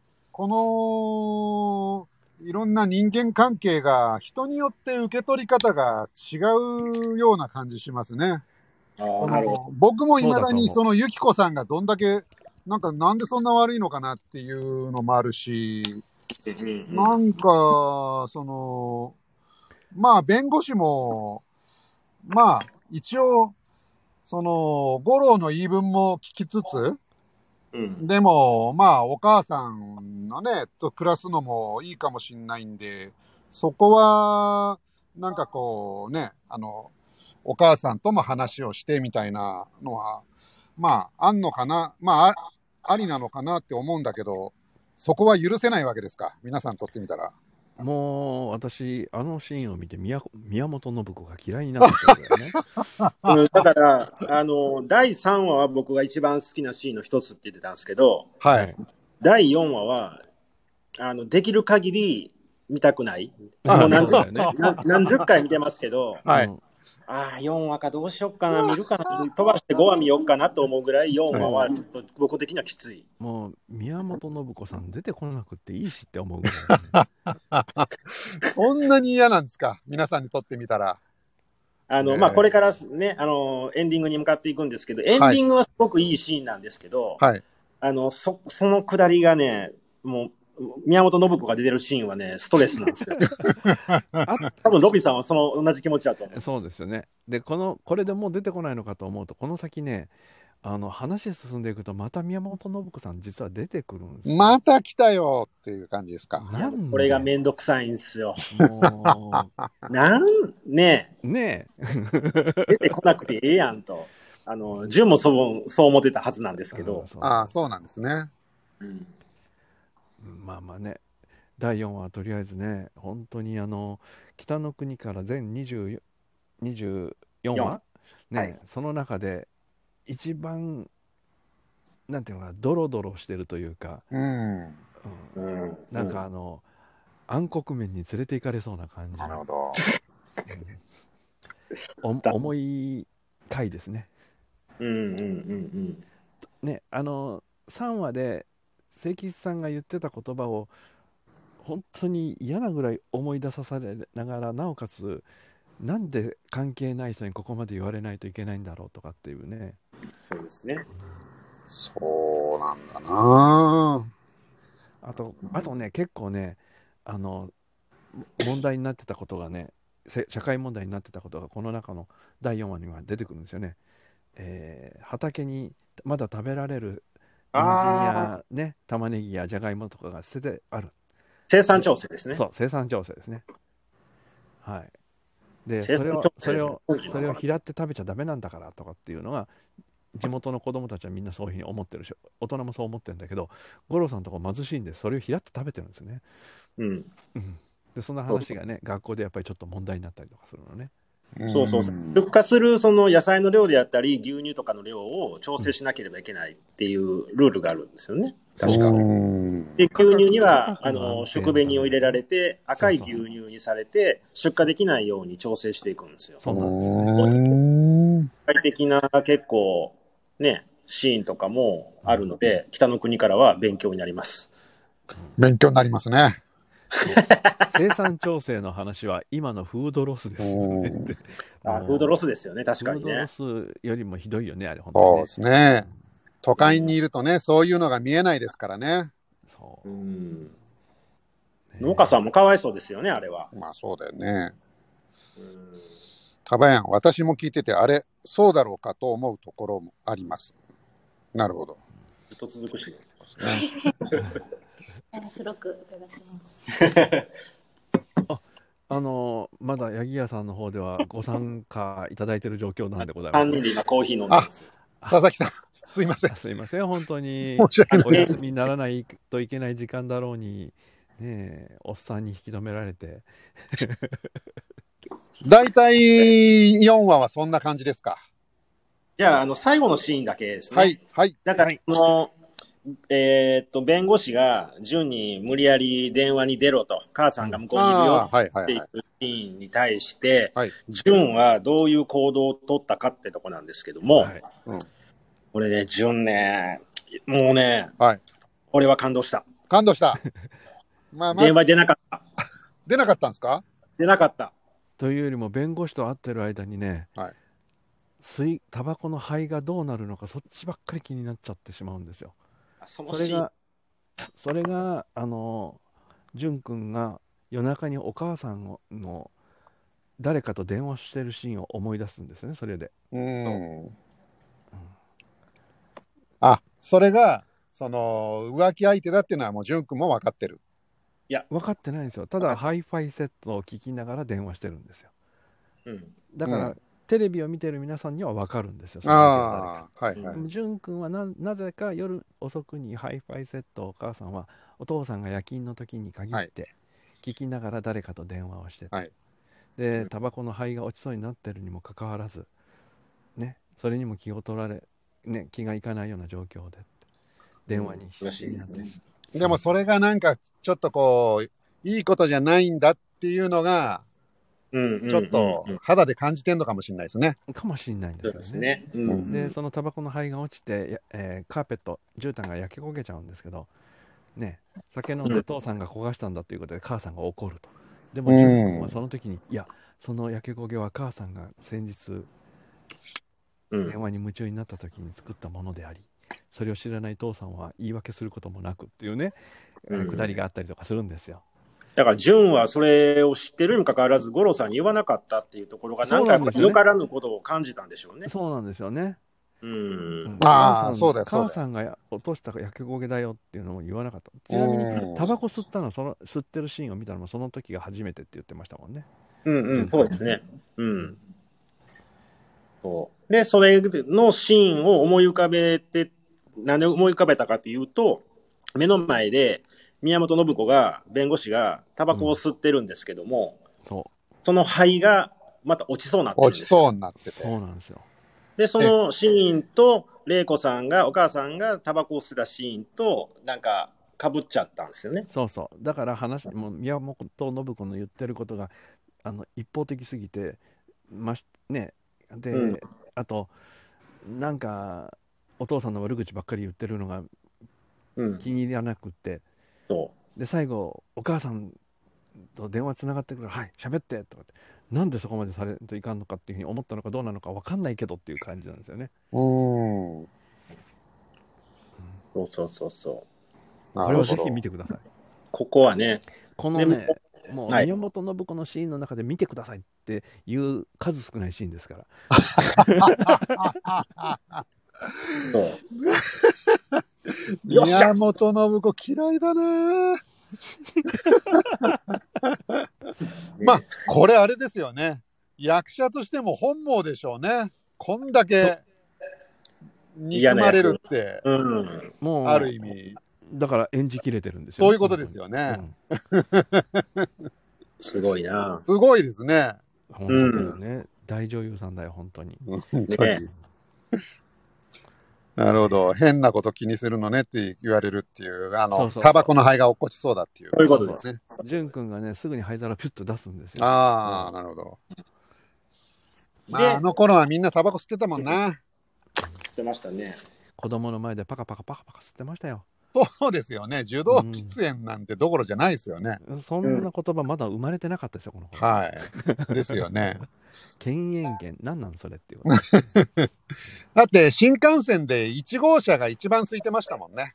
この、いろんな人間関係が人によって受け取り方が違うような感じしますね。 ああ、なるほど。 僕もいまだにそそのゆきこさんがどんだけ、なんかなんでそんな悪いのかなっていうのもあるし、 うんなんか、その、まあ弁護士も、まあ一応、その、五郎の言い分も聞きつつ、 うん。 でも、まあ、お母さんのね、と暮らすのもいいかもしれないんで、そこは、なんかこうね、あの、お母さんとも話をしてみたいなのは、まあ、あんのかな、まあ、あありなのかなって思うんだけど、そこは許せないわけですか、皆さんにとってみたら。 もう私あのシーンを見て宮宮本信子が嫌いになってたんだよね。 うんだから、あの、だいさんわは僕が一番好きなシーンの一つって言ってたんですけど、 はい。 だいよんわは、あの、できる限り見たくない。 あもう何十そうだよね何何十回見てますけど、 はい。 うんああ、よんわかどうしよっかな、見るかな、飛ばしてごわ見よっかなと思うぐらいよんわはちょっと僕的にはきつい。 もう宮本信子さん出てこなくていいしって思うぐらい、ね、 そんなに嫌なんですか、皆さんにとってみたら。 あの、 ねえまあ、これからね、あの、エンディングに向かっていくんですけど、エンディングはすごくいいシーンなんですけど、 はい。 あの、そ、そのくだりがね、もう、宮本信子が出てるシーンはね、ストレスなんですよ。多分、ロビさんはその同じ気持ちだと思う。 そうですよね。でこのこれでもう出てこないのかと思うと、この先ねあの話進んでいくとまた宮本信子さん実は出てくるんですよ。 また来たよっていう感じですか。 なんでこれがめんどくさいんですよ。 もなん、ねうねえ、出てこなくてええやんと。あの、純もそう、そう思ってたはずなんですえけど。 うんそうそうああ、そうなんですね。 うんまあまあね、だいよんわはとりあえずね、本当にあの北の国から全にじゅうよん、にじゅうよんわね、 はいその中で一番なんていうのかな、ドロドロしてるというか、 うん。 うんうん。 なんかあの、暗黒面に連れて行かれそうな感じの、 なるほど。 うんお重い回ですね。 うんうんうんね、あのさんわで清吉さんが言ってた言葉を本当に嫌なぐらい思い出さされながら、なおかつなんで関係ない人にここまで言われないといけないんだろうとかっていうね。 うん。そうですね。 そうなんだな。 あとあとね、結構ね、あの問題になってたことがね、せ社会問題になってたことがこの中のだいよんわには出てくるんですよね。えー畑にまだ食べられる人参ああ、 やね、玉ねぎやじゃがいもとかが捨ててある。 生産調整ですね。 そう、生産調整ですね。はい。で、 生それを、 産調整それを、 ご存知なのそれを拾って食べちゃダメなんだからとかっていうのが、地元の子供たちはみんなそういうふうに思ってるし、大人もそう思ってるんだけど、五郎さんのとこ貧しいんで、それを拾って食べてるんですよね。 うん。 うん。で、そんな話がね、学校でやっぱりちょっと問題になったりとかするのね。 そうそうそう。 ん出荷するその野菜の量であったり、牛乳とかの量を調整しなければいけないっていうルールがあるんですよね。確か。 うんで、牛乳には、あ価格の安定のための、食紅を入れられて、赤いそうそうそう牛乳にされて、出荷できないように調整していくんですよ。 そうなんですよね。 うん具体的な結構、ね、シーンとかもあるので、北の国からは勉強になります。 勉強になりますね。 生産調整の話は今のフードロスですよねって。 あ、フードロスですよね、確かにフードロね。 スよりもひどいよね、あれ、本当にねそうで。すね。都会にいるとね、そういうのが見えないですからね。 そうう。 ん。 ね農家さんもかわいそうですよね、あれは。 まあそうだよね。 うんタバヤン、私も聞いてて、あれ、そうだろうかと思うところもあります。なるほど。 ずっと続くしね。 面白くいただきます。 あのーまだ八木屋さんの方ではご参加いただいている状況なんでございますさんにんで今コーヒー飲んでますよ。 佐々木さん、すいません。 あすいません、本当に申し訳ないおです。 休みにならないといけない時間だろうに、ねえ、おっさんに引き止められて、 だいたいよんわはそんな感じですか。 じゃあ、あの、最後のシーンだけですね。 はい、はい。 だから、その、えーっと、弁護士が、純に無理やり電話に出ろと、母さんが向こうにいるよああ、はい、はい、 っていはうシーンに対して、 はい純はどういう行動を取ったかってとこなんですけども、 はい、 うんこれね、純ね、もうね、 はい。 俺は感動した。 感動した。まあ、まあ電、話出なかった。 出なかったんですか？ 出なかった。 というよりも弁護士と会ってる間にね、 はい吸いタバコの灰がどうなるのか、そっちばっかり気になっちゃってしまうんですよ。 そのシーンそれが、それが、あの、淳君が夜中にお母さんの誰かと電話してるシーンを思い出すんですよね、それで。 うん。あ、それが、その、浮気相手だっていうのはもう、淳君も分かってる。 分かってないんですよ。ただ、ハイファイセットを聞きながら電話してるんですよ。 うん。 だから、 うんテレビを見てる皆さんには分かるんですよ、その相手が誰か。 ああ、はい、はいで。も淳君はななぜか夜遅くにハイファイセットをお母さんはお父さんが夜勤の時に限って聞きながら誰かと電話をしてて、 はいでタバコの灰が落ちそうになってるにもかかわらず、ね、それにも気を取られ、ね、気がいかないような状況で電話に必死になって、 うん嬉しいでもそれがなんか、ちょっとこう、いいことじゃないんだっていうのが、 うん。 ちょっとうんうんうん肌で感じてんのかもしれないですね。 かもしれないんでそうすよね。 ですね。うん。 でそのタバコの灰が落ちて、やえーカーペット絨毯が焼け焦げちゃうんですけど、ね、酒飲んで父さんが焦がしたんだということで母さんが怒ると。でもうん淳君はその時に、いやその焼け焦げは母さんが先日うん電話に夢中になった時に作ったものであり、それを知らない父さんは言い訳することもなくっていうね、 うんくだりがあったりとかするんですよ。 だから、純はそれを知ってるにもかかわらず、五郎さんに言わなかったっていうところが、なんかやっぱりよからぬことを感じたんでしょうね。 そうなんですよね。 う。 うんんあー母さんそうだよそうだよ母さんが落とした焼け焦げだよっていうのも言わなかった。ちなみうんにタバコ吸ったのその吸ってるシーンを見たのもその時が初めてって言ってましたもんね。 うんうん、そうですね。うん。そう。で、それのシーンを思い浮かべて、なんで思い浮かべたかというと、目の前で、 宮本信子が、弁護士がタバコを吸ってるんですけども、 うん、そう。 その灰がまた落ちそうになってるんですよ。 落ちそうになってて。 そうなんですよ。 で、そのシーンと、玲子さんが、お母さんがタバコを吸ったシーンと、なんか、かぶっちゃったんですよね。 そうそう。だから話、もう宮本信子の言ってることが、あの、一方的すぎて、まし、ね、で、うん、あと、なんか、お父さんの悪口ばっかり言ってるのが気に入らなくって、うん、そうで、最後、お母さんと電話つながってくるから、はい、喋ってとかって、なんでそこまでされるといかんのかっていうふうに思ったのかどうなのか分かんないけどっていう感じなんですよね。 うーん。 そうそうそうそう。 これをぜひ見てください。 ここはね、 このね、もう宮本信子のシーンの中で見てくださいっていう数少ないシーンですから。 そう宮本信子嫌いだな。まあこれあれですよね。役者としても本望でしょうね。こんだけ憎まれるって、うん、もうある意味。 だから演じきれてるんですよ、 ね。そういうことですよね。 うん、すごいな。 すごいですね。 本当にね、うん、大女優さんだよ本当に。 本当に。ね、なるほど。変なこと気にするのねって言われるっていう、あのタバコの灰が落っこちそうだっていう。 そういうことですね。 潤くんがねすぐに灰皿ピュッと出すんですよ。 ああ、なるほど。まあ、あの頃はみんなタバコ吸ってたもんな。 吸ってましたね。 子供の前でパカパカパカパカ吸ってましたよ。 そうですよね。受動喫煙なんてどころじゃないですよね。 うん、そんな言葉まだ生まれてなかったですよ、この頃。はい。ですよね。 犬猿犬、何なのそれっていう。 だって新幹線でいち号車が一番空いてましたもんね。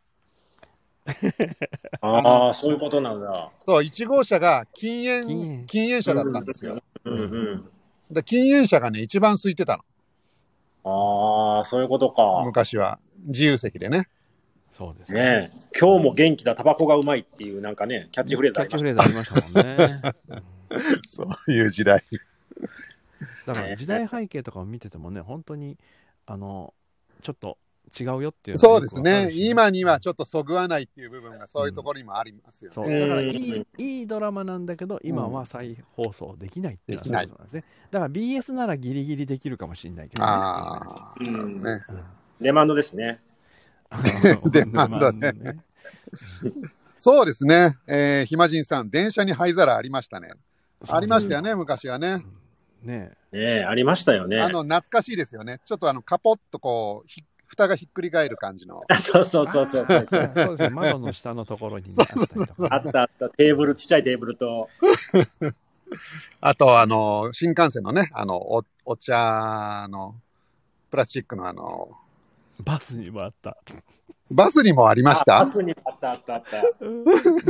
ああ、そういうことなんだ。 そう、いち号車が禁煙、禁煙車だったんですよ。うんうん、で禁煙車がね、一番空いてたの。ああ、そういうことか。 昔は。自由席でね。 そうですね。今日も元気だ、タバコがうまいっていうなんかね、キャッチフレーズありました。 キャッチフレーズありましたもんね。 そういう時代。 だから時代背景とかを見ててもね、本当にあのちょっと違うよっていう、 ね。そうですね。今にはちょっとそぐわないっていう部分がそういうところにもありますよね。 うん、そうだからいい、いいドラマなんだけど今は再放送できないっていうのはそうなんですね。だから ビーエス ならギリギリできるかもしれないけどね。 ああ、うん、ね。レマンドですね。 レマンドね。そうですね。えー、ひまじんさん、電車に灰皿ありましたね。ありましたよね、昔はね。 ねえ、ねえ、ありましたよね。 あの、懐かしいですよね。ちょっとあの、カポッとこう、ひ蓋がひっくり返る感じの。 そうそうそうそうそうそう。 そうですね、窓の下のところに、ね、 あったあった、テーブル、ちっちゃいテーブルと。 あと、あの、新幹線のね、あの、お、お茶の、プラスチックのあの、 バスにもあった。 バスにもありました。 バスにもあったあったあった。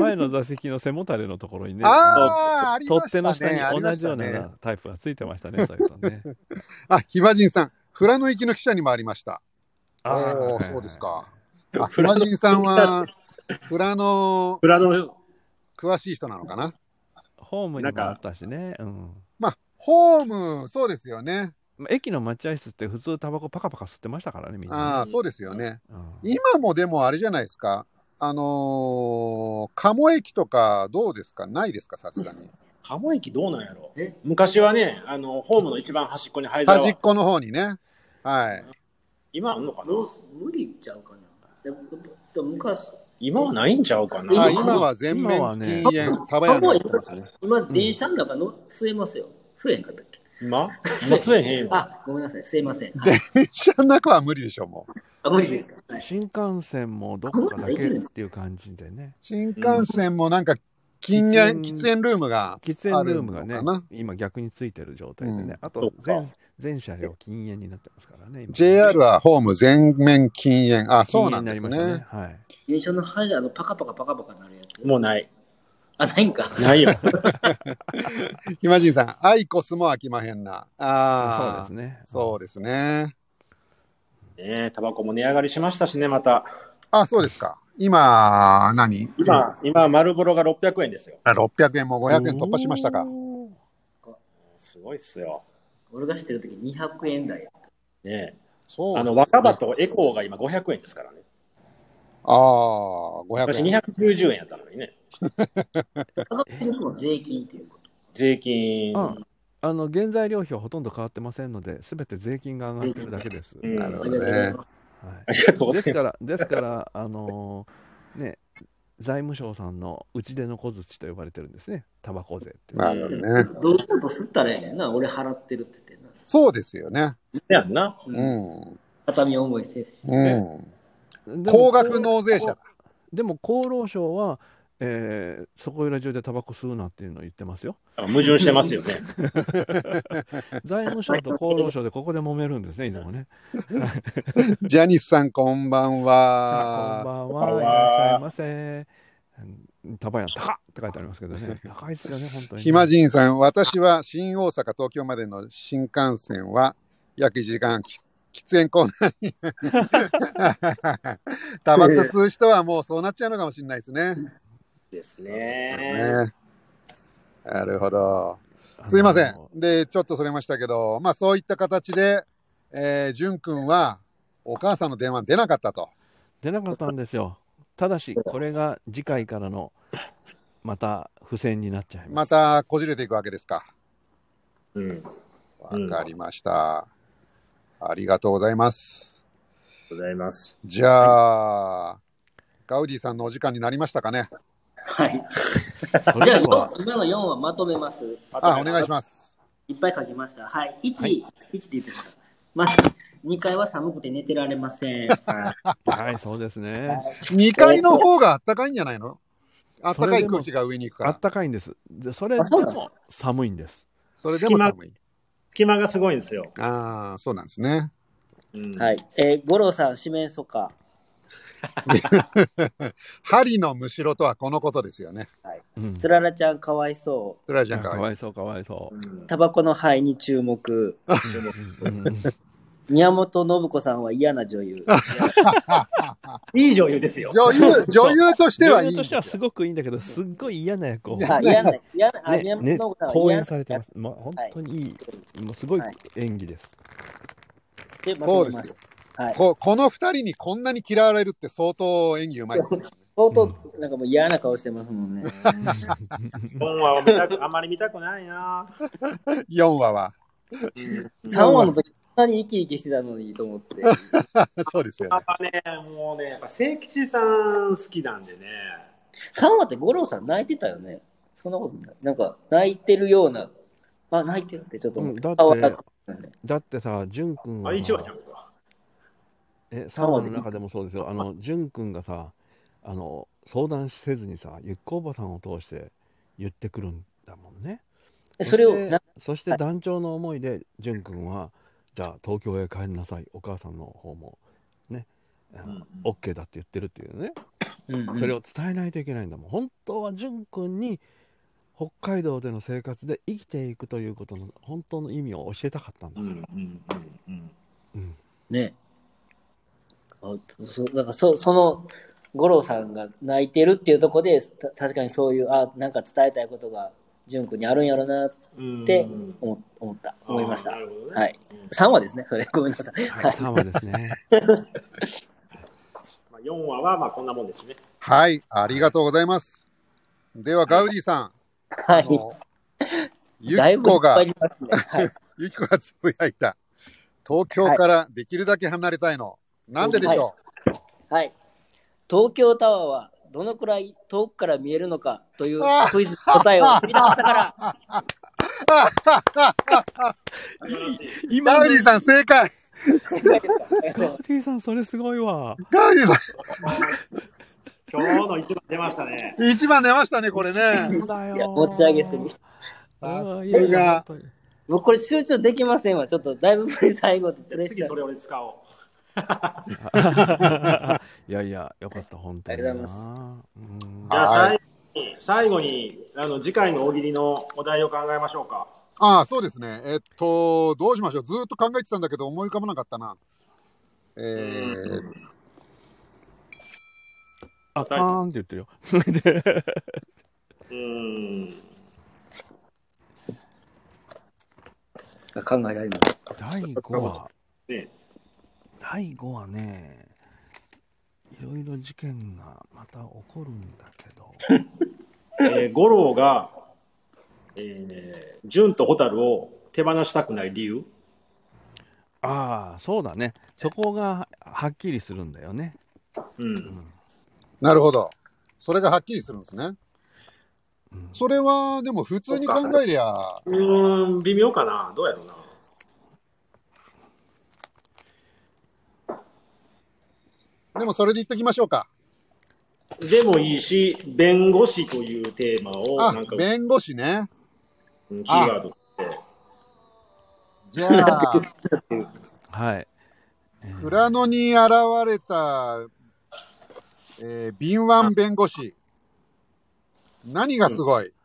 前の座席の背もたれのところにね、 ああ、 取っ手の下に同じようなタイプがついてましたね、そういうのね。 あ、ひまじんさん、富良野行きの汽車にもありました。ああ、そうですか。あ、ひまじんさんは、富良野、 富良野、 詳しい人なのかな。 ホームにもあったしね。うん。 まあ、ホーム、そうですよね。 駅の待合室って普通タバコパカパカ吸ってましたからね、みんな、ね。 ああ、そうですよね。うん、今もでもあれじゃないですか。あのー、鴨駅とかどうですか？ないですか？さすがに。 鴨駅どうなんやろ？え昔はね、あの、ホームの一番端っこに灰皿は。 端っこの方にね。はい。 今あんのかな？ 無理ちゃうかな。で昔。 今はないんちゃうかな？ あ、今は全面禁煙、タバヤになってますね。 今、電車の中の吸えますよ。吸えへんかったっけ？ 今？もう吸えへんよ。 あ、ごめんなさい、すいません。 電車の中は無理でしょ、もう。 あ、無理ですか。 はい、新幹線もどっかだけっていう感じでね。 新幹線もなんか禁煙、喫煙ルームが喫煙ルームがね、今逆についてる状態でね。うん、あと全全車両禁煙になってますからね。 ジェイアール はホーム全面禁煙。あ、そうなんですね。ね、 はい。 電車の間あのパカパカパカパカなるやつ。 もうない。 あ、ないんか。 ないよ。 ひまじんさん、アイコスも飽きまへんな。 ああ、そうですね。 そうですね。 ねえ、タバコも値上がりしましたしね、また。 あ、そうですか。今、何今、今、丸ボロがろっぴゃくえんですよ。 あ、ろっぴゃくえんもごひゃくえん突破しましたか。 すごいっすよ。 俺が知ってるときにひゃくえん台。 ねえ。そう。あの、若葉とエコーが今ごひゃくえんですからね。 ああ、ごひゃく昔えん。 にひゃくきゅうじゅうえんやったのにね。 価格的にも税金っていうこと。 税金。 ああの原材料費はほとんど変わってませんので、すべて税金が上がってるだけです。 うんなるほありがとうございどね。 ます。 はいありがとうございます。 ですから、ですから、あのーね、財務省さんの打ち出の小槌と呼ばれてるんですね、タバコ税って。 なるほどね。 どういうこと吸ったらええねんな。俺払ってるって言ってんな。 そうですよね。 やんな。 ううん。 ん。 肩身重いせいし。 うん。 でも高額納税者だ。 でも厚労省は、えーそこいら中でタバコ吸うなっていうのを言ってますよ。 矛盾してますよね。 財務省と厚労省でここで揉めるんですね、いつもね。 ジャニスさん、こんばんあこんは。 ばんこんばんはは、いらっしゃいませ。うんタバヤン高っって書いてありますけどね、高いですよね、本当にね。 暇人さん、私は新大阪、東京までの新幹線は約いちじかん、き喫煙コーナーに。タバコ吸う人はもうそうなっちゃうのかもしれないですね。 ですね。 ね。なるほど。すいません。で、ちょっとそれましたけど、まあそういった形で、えー、淳君はお母さんの電話出なかったと。 出なかったんですよ。ただし、これが次回からのまた付箋になっちゃいま。 ますたこじれていくわけですか。 うん。 わかりました。ありがとうございます。 ございます。 じゃあ、ガウディさんのお時間になりましたかね。 はい。 そじゃあれでは、 今のよんはまとめます。 あ、お願いします。 いっぱい書きました。はい。いち、 はいいちって言ってました。まず、にかいは寒くて寝てられません。 はい、そうですね。 にかいの方があったかいんじゃないの？あったかそれでもい空気が上に行くから。 あったかいんです。でそれであそうなのも寒いんです。 それでも寒い。 隙間がすごいんですよ。 ああ、そうなんですね。 うんはい。えー、五郎さん、四面楚歌。 針のむしろとはこのことですよね。 うんつららちゃん、かわいそそれはじゃんかわいかわいそう、かわいそう。 うんう。タバコの灰に注目。 うんうん宮本信子さんは嫌な女優。 いい女優ですよ。 女優、女優としてはいいんですよ。 女優としてはすごくいいんだけど、すっごい嫌な役を、ねあ、嫌な、嫌な、あ、宮本ね信子さんは講嫌な演されてます。まあ、本当にいい、もうすごいはい演技です。 で、まそうでよとめますした。はい。 ここの二人にこんなに嫌われるって相当演技うまい。 相当、なんかもう嫌な顔してますもんね。 本は見たくあんまり見たくないな。 よんわは。 さんわの時、こんなに生き生きしてたのにと思って。 そうですよね。 やっぱね、もうね、やっぱ清吉さん好きなんでね。 さんわって五郎さん泣いてたよね。そんなことない。なんか、泣いてるような、あ、泣いてるってちょっと思って。 うんだって顔が立ったねだってさ、淳君はあ、一話ちゃうか。 えさんわの中でもそうですよ。あの淳君がさ、あの相談せずにさ、ゆっこおばさんを通して言ってくるんだもんね。 えそれをしてな、 そして団長の思いで淳君は、じゃあ東京へ帰んなさい、お母さんの方もね、あのうん OK だって言ってるっていうね、 うんうんそれを伝えないといけないんだもん。本当は淳君に北海道での生活で生きていくということの本当の意味を教えたかったんだ。 うんうんうんうん。 うんね。あそだからそその五郎さんが泣いてるっていうところでた確かにそういうあなんか伝えたいことが淳君にあるんやろなってうん思思った思いました。 あーなるほどねはい。 うんさんわですね。それごめんなさい。 はい、さんわですね。 まあ、よんわはまあこんなもんですね。 はい、ありがとうございます。では、ガウディさん、 はい。 あの、ゆだいぶきこが引っ張、りますね。はい。 ゆきこがつぶやいた、東京からできるだけ離れたいの、なんででしょはい。東京タワーはどのくらい遠くから見えるのかというあークイズの答えを知りたかったから。 う、 今のガウディさん正解。 ガウディさん、それすごいわ。 ガウディさ今日の一番出ましたね。 ん、一番出ましたね、これなんね。 だよ。 いや持ち上げすぎ。 さうんすが。 僕これ集中できませんわ。ちょっとだいぶプレ最後でプレッシャー。 次それ俺使おう。 いやいや、よかった、本当にな。 ありがとうございうんじゃあはい最後に、最後にあの次回の大喜利のお題を考えましょうか。 ああ、そうですね。えっと、どうしましょう。ずーっと考えてたんだけど、思い浮かばなかったな。えー、 あ、カーンって言ってるよ。 うーん。 考えられます。 だいごわ。 ね、 だいごわね。いろいろ事件がまた起こるんだけど。 えー、五郎が、えー、純と蛍を手放したくない理由。 ああ、そうだね。そこがはっきりするんだよね。 うん。うん、 なるほど。それがはっきりするんですね。うん、それは、でも普通に考えりゃ。 うーん、微妙かな。どうやろうな。 でもそれで言っときましょうか。 でもいいし、弁護士というテーマをなんか、 弁護士ね。 キーワードって。 じゃあ、 はい。 富良野に現れた、えー、敏腕弁護士。何がすごい、うん、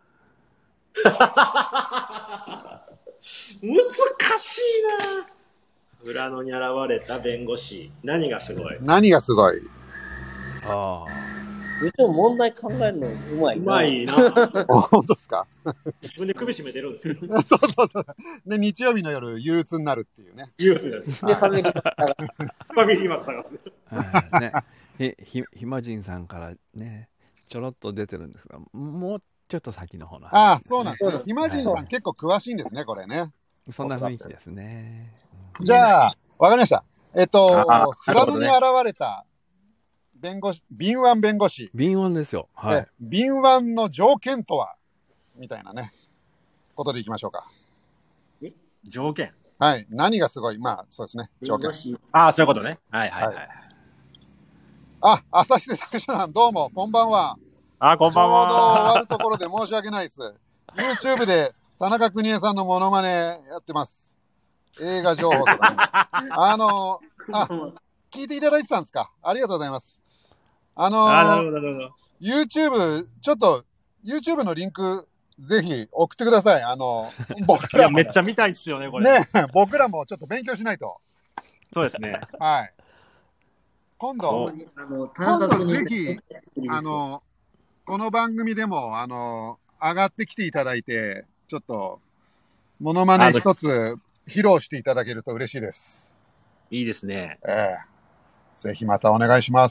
難しいな。富良野に現れた弁護士。何がすごい何がすごいああ。 部長問題考えるのうまいな。 うまいな。 本当ですか？ 自分で首絞めてるんですよ。 そうそうそう。で、日曜日の夜、憂鬱になるっていうね。 憂鬱になる。で、ファミリーマート探す。ファミリーマート探す。 ね、ひ、ひまじんさんからね、ちょろっと出てるんですが、もうちょっと先の方の話、ね。 ああ、そうなんですね。ひまじんさん、はい、結構詳しいんですね、これね。 そんな雰囲気ですね。 じゃあ、わかりました。えっと、富良野に現れた、弁護士、敏腕弁護士。 敏腕ですよ。はい。 敏腕の条件とはみたいなね、ことでいきましょうか。 え条件はい。何がすごいまあ、そうですね。条件。 ああ、そういうことね。はいはいはい。はい、 あ、朝日瀬拓司さん、どうも、こんばんは。 あ、こんばんは。 ちょうど終わるところで申し訳ないです。YouTube で田中邦衛さんのモノマネやってます。映画情報とか、ね。あの、あ、聞いていただいてたんですか。ありがとうございます。あのー、 あ、なるほど、なるほど。 YouTube、ちょっと、YouTube のリンク、ぜひ送ってください。あの、僕らも。 いや、めっちゃ見たいっすよね、これ。 ね、僕らもちょっと勉強しないと。 そうですね。 はい。今度、今度ぜひ、あの、この番組でも、あの、上がってきていただいて、ちょっと、モノマネ一つ披露していただけると嬉しいです。 いいですね。 ええ。ぜひまたお願いします。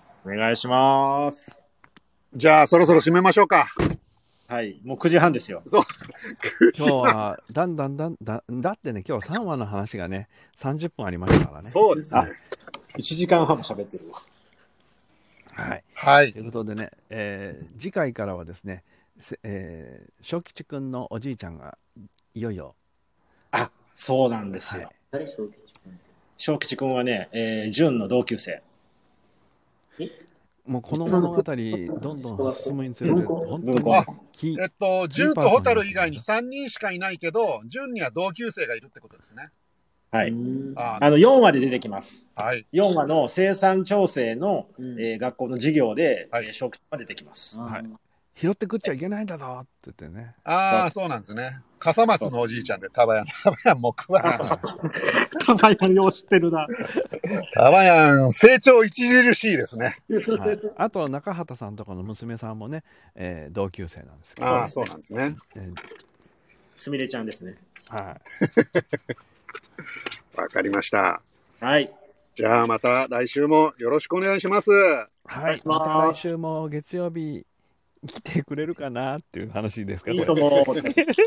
お願いします。 じゃあ、そろそろ締めましょうか。 はい。もうくじはんですよ。 そう。 今日は、だんだんだんだ、だってね、今日さんわの話がね、さんじゅっぷんありましたからね。 そうですね。 いちじかんはんも喋ってるわ。 はい。 はい。 ということでね、えー、次回からはですね、えー、小吉くんのおじいちゃんが、いよいよ。 あ、そうなんですよ。はい、 誰小吉くん？ 小吉くんはね、えー、純の同級生。 えもうこの物語、どんどん進むにつれて、本当にえっと、純と蛍以外にさんにんしかいないけど、純には同級生がいるってことですね。 はい。あの、よんわで出てきます。 はい。 よんわの生産調整の、うんえー、学校の授業で、はい、小吉が出てきます。 はい。拾って食っちゃいけないんだぞって言ってね。 ああ、そうなんですね。笠松のおじいちゃんで、タバヤン。タバヤンも食わない。 タバヤンよう知ってるな。 タバヤン、成長著しいですね。 はい、あと、中畑さんとかの娘さんもね、えー、同級生なんですけど。 ああ、そうなんですね。 すみれちゃんですね。 はい。 わかりました。 はい。 じゃあまた来週もよろしくお願いします。 はい。また来週も月曜日来てくれるかなっていう話ですかね。 いいと思う。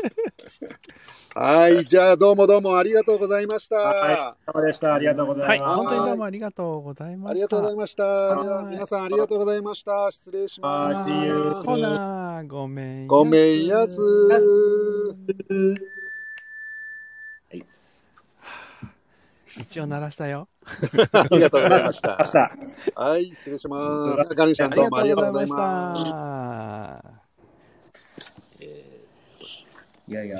はい。じゃあどうもどうもありがとうございました。 はい。そうでした。ありがとうございます。 はい。本当にどうもありがとうございました。 ありがとうございました。では皆さんありがとうございました。失礼します。 ほな、ごめんやす。 ごめんやす。 一応鳴らしたよ。 ありがとうございました。 したはい、失礼します。ガネシャンどうもありがとうございました。 いやいや。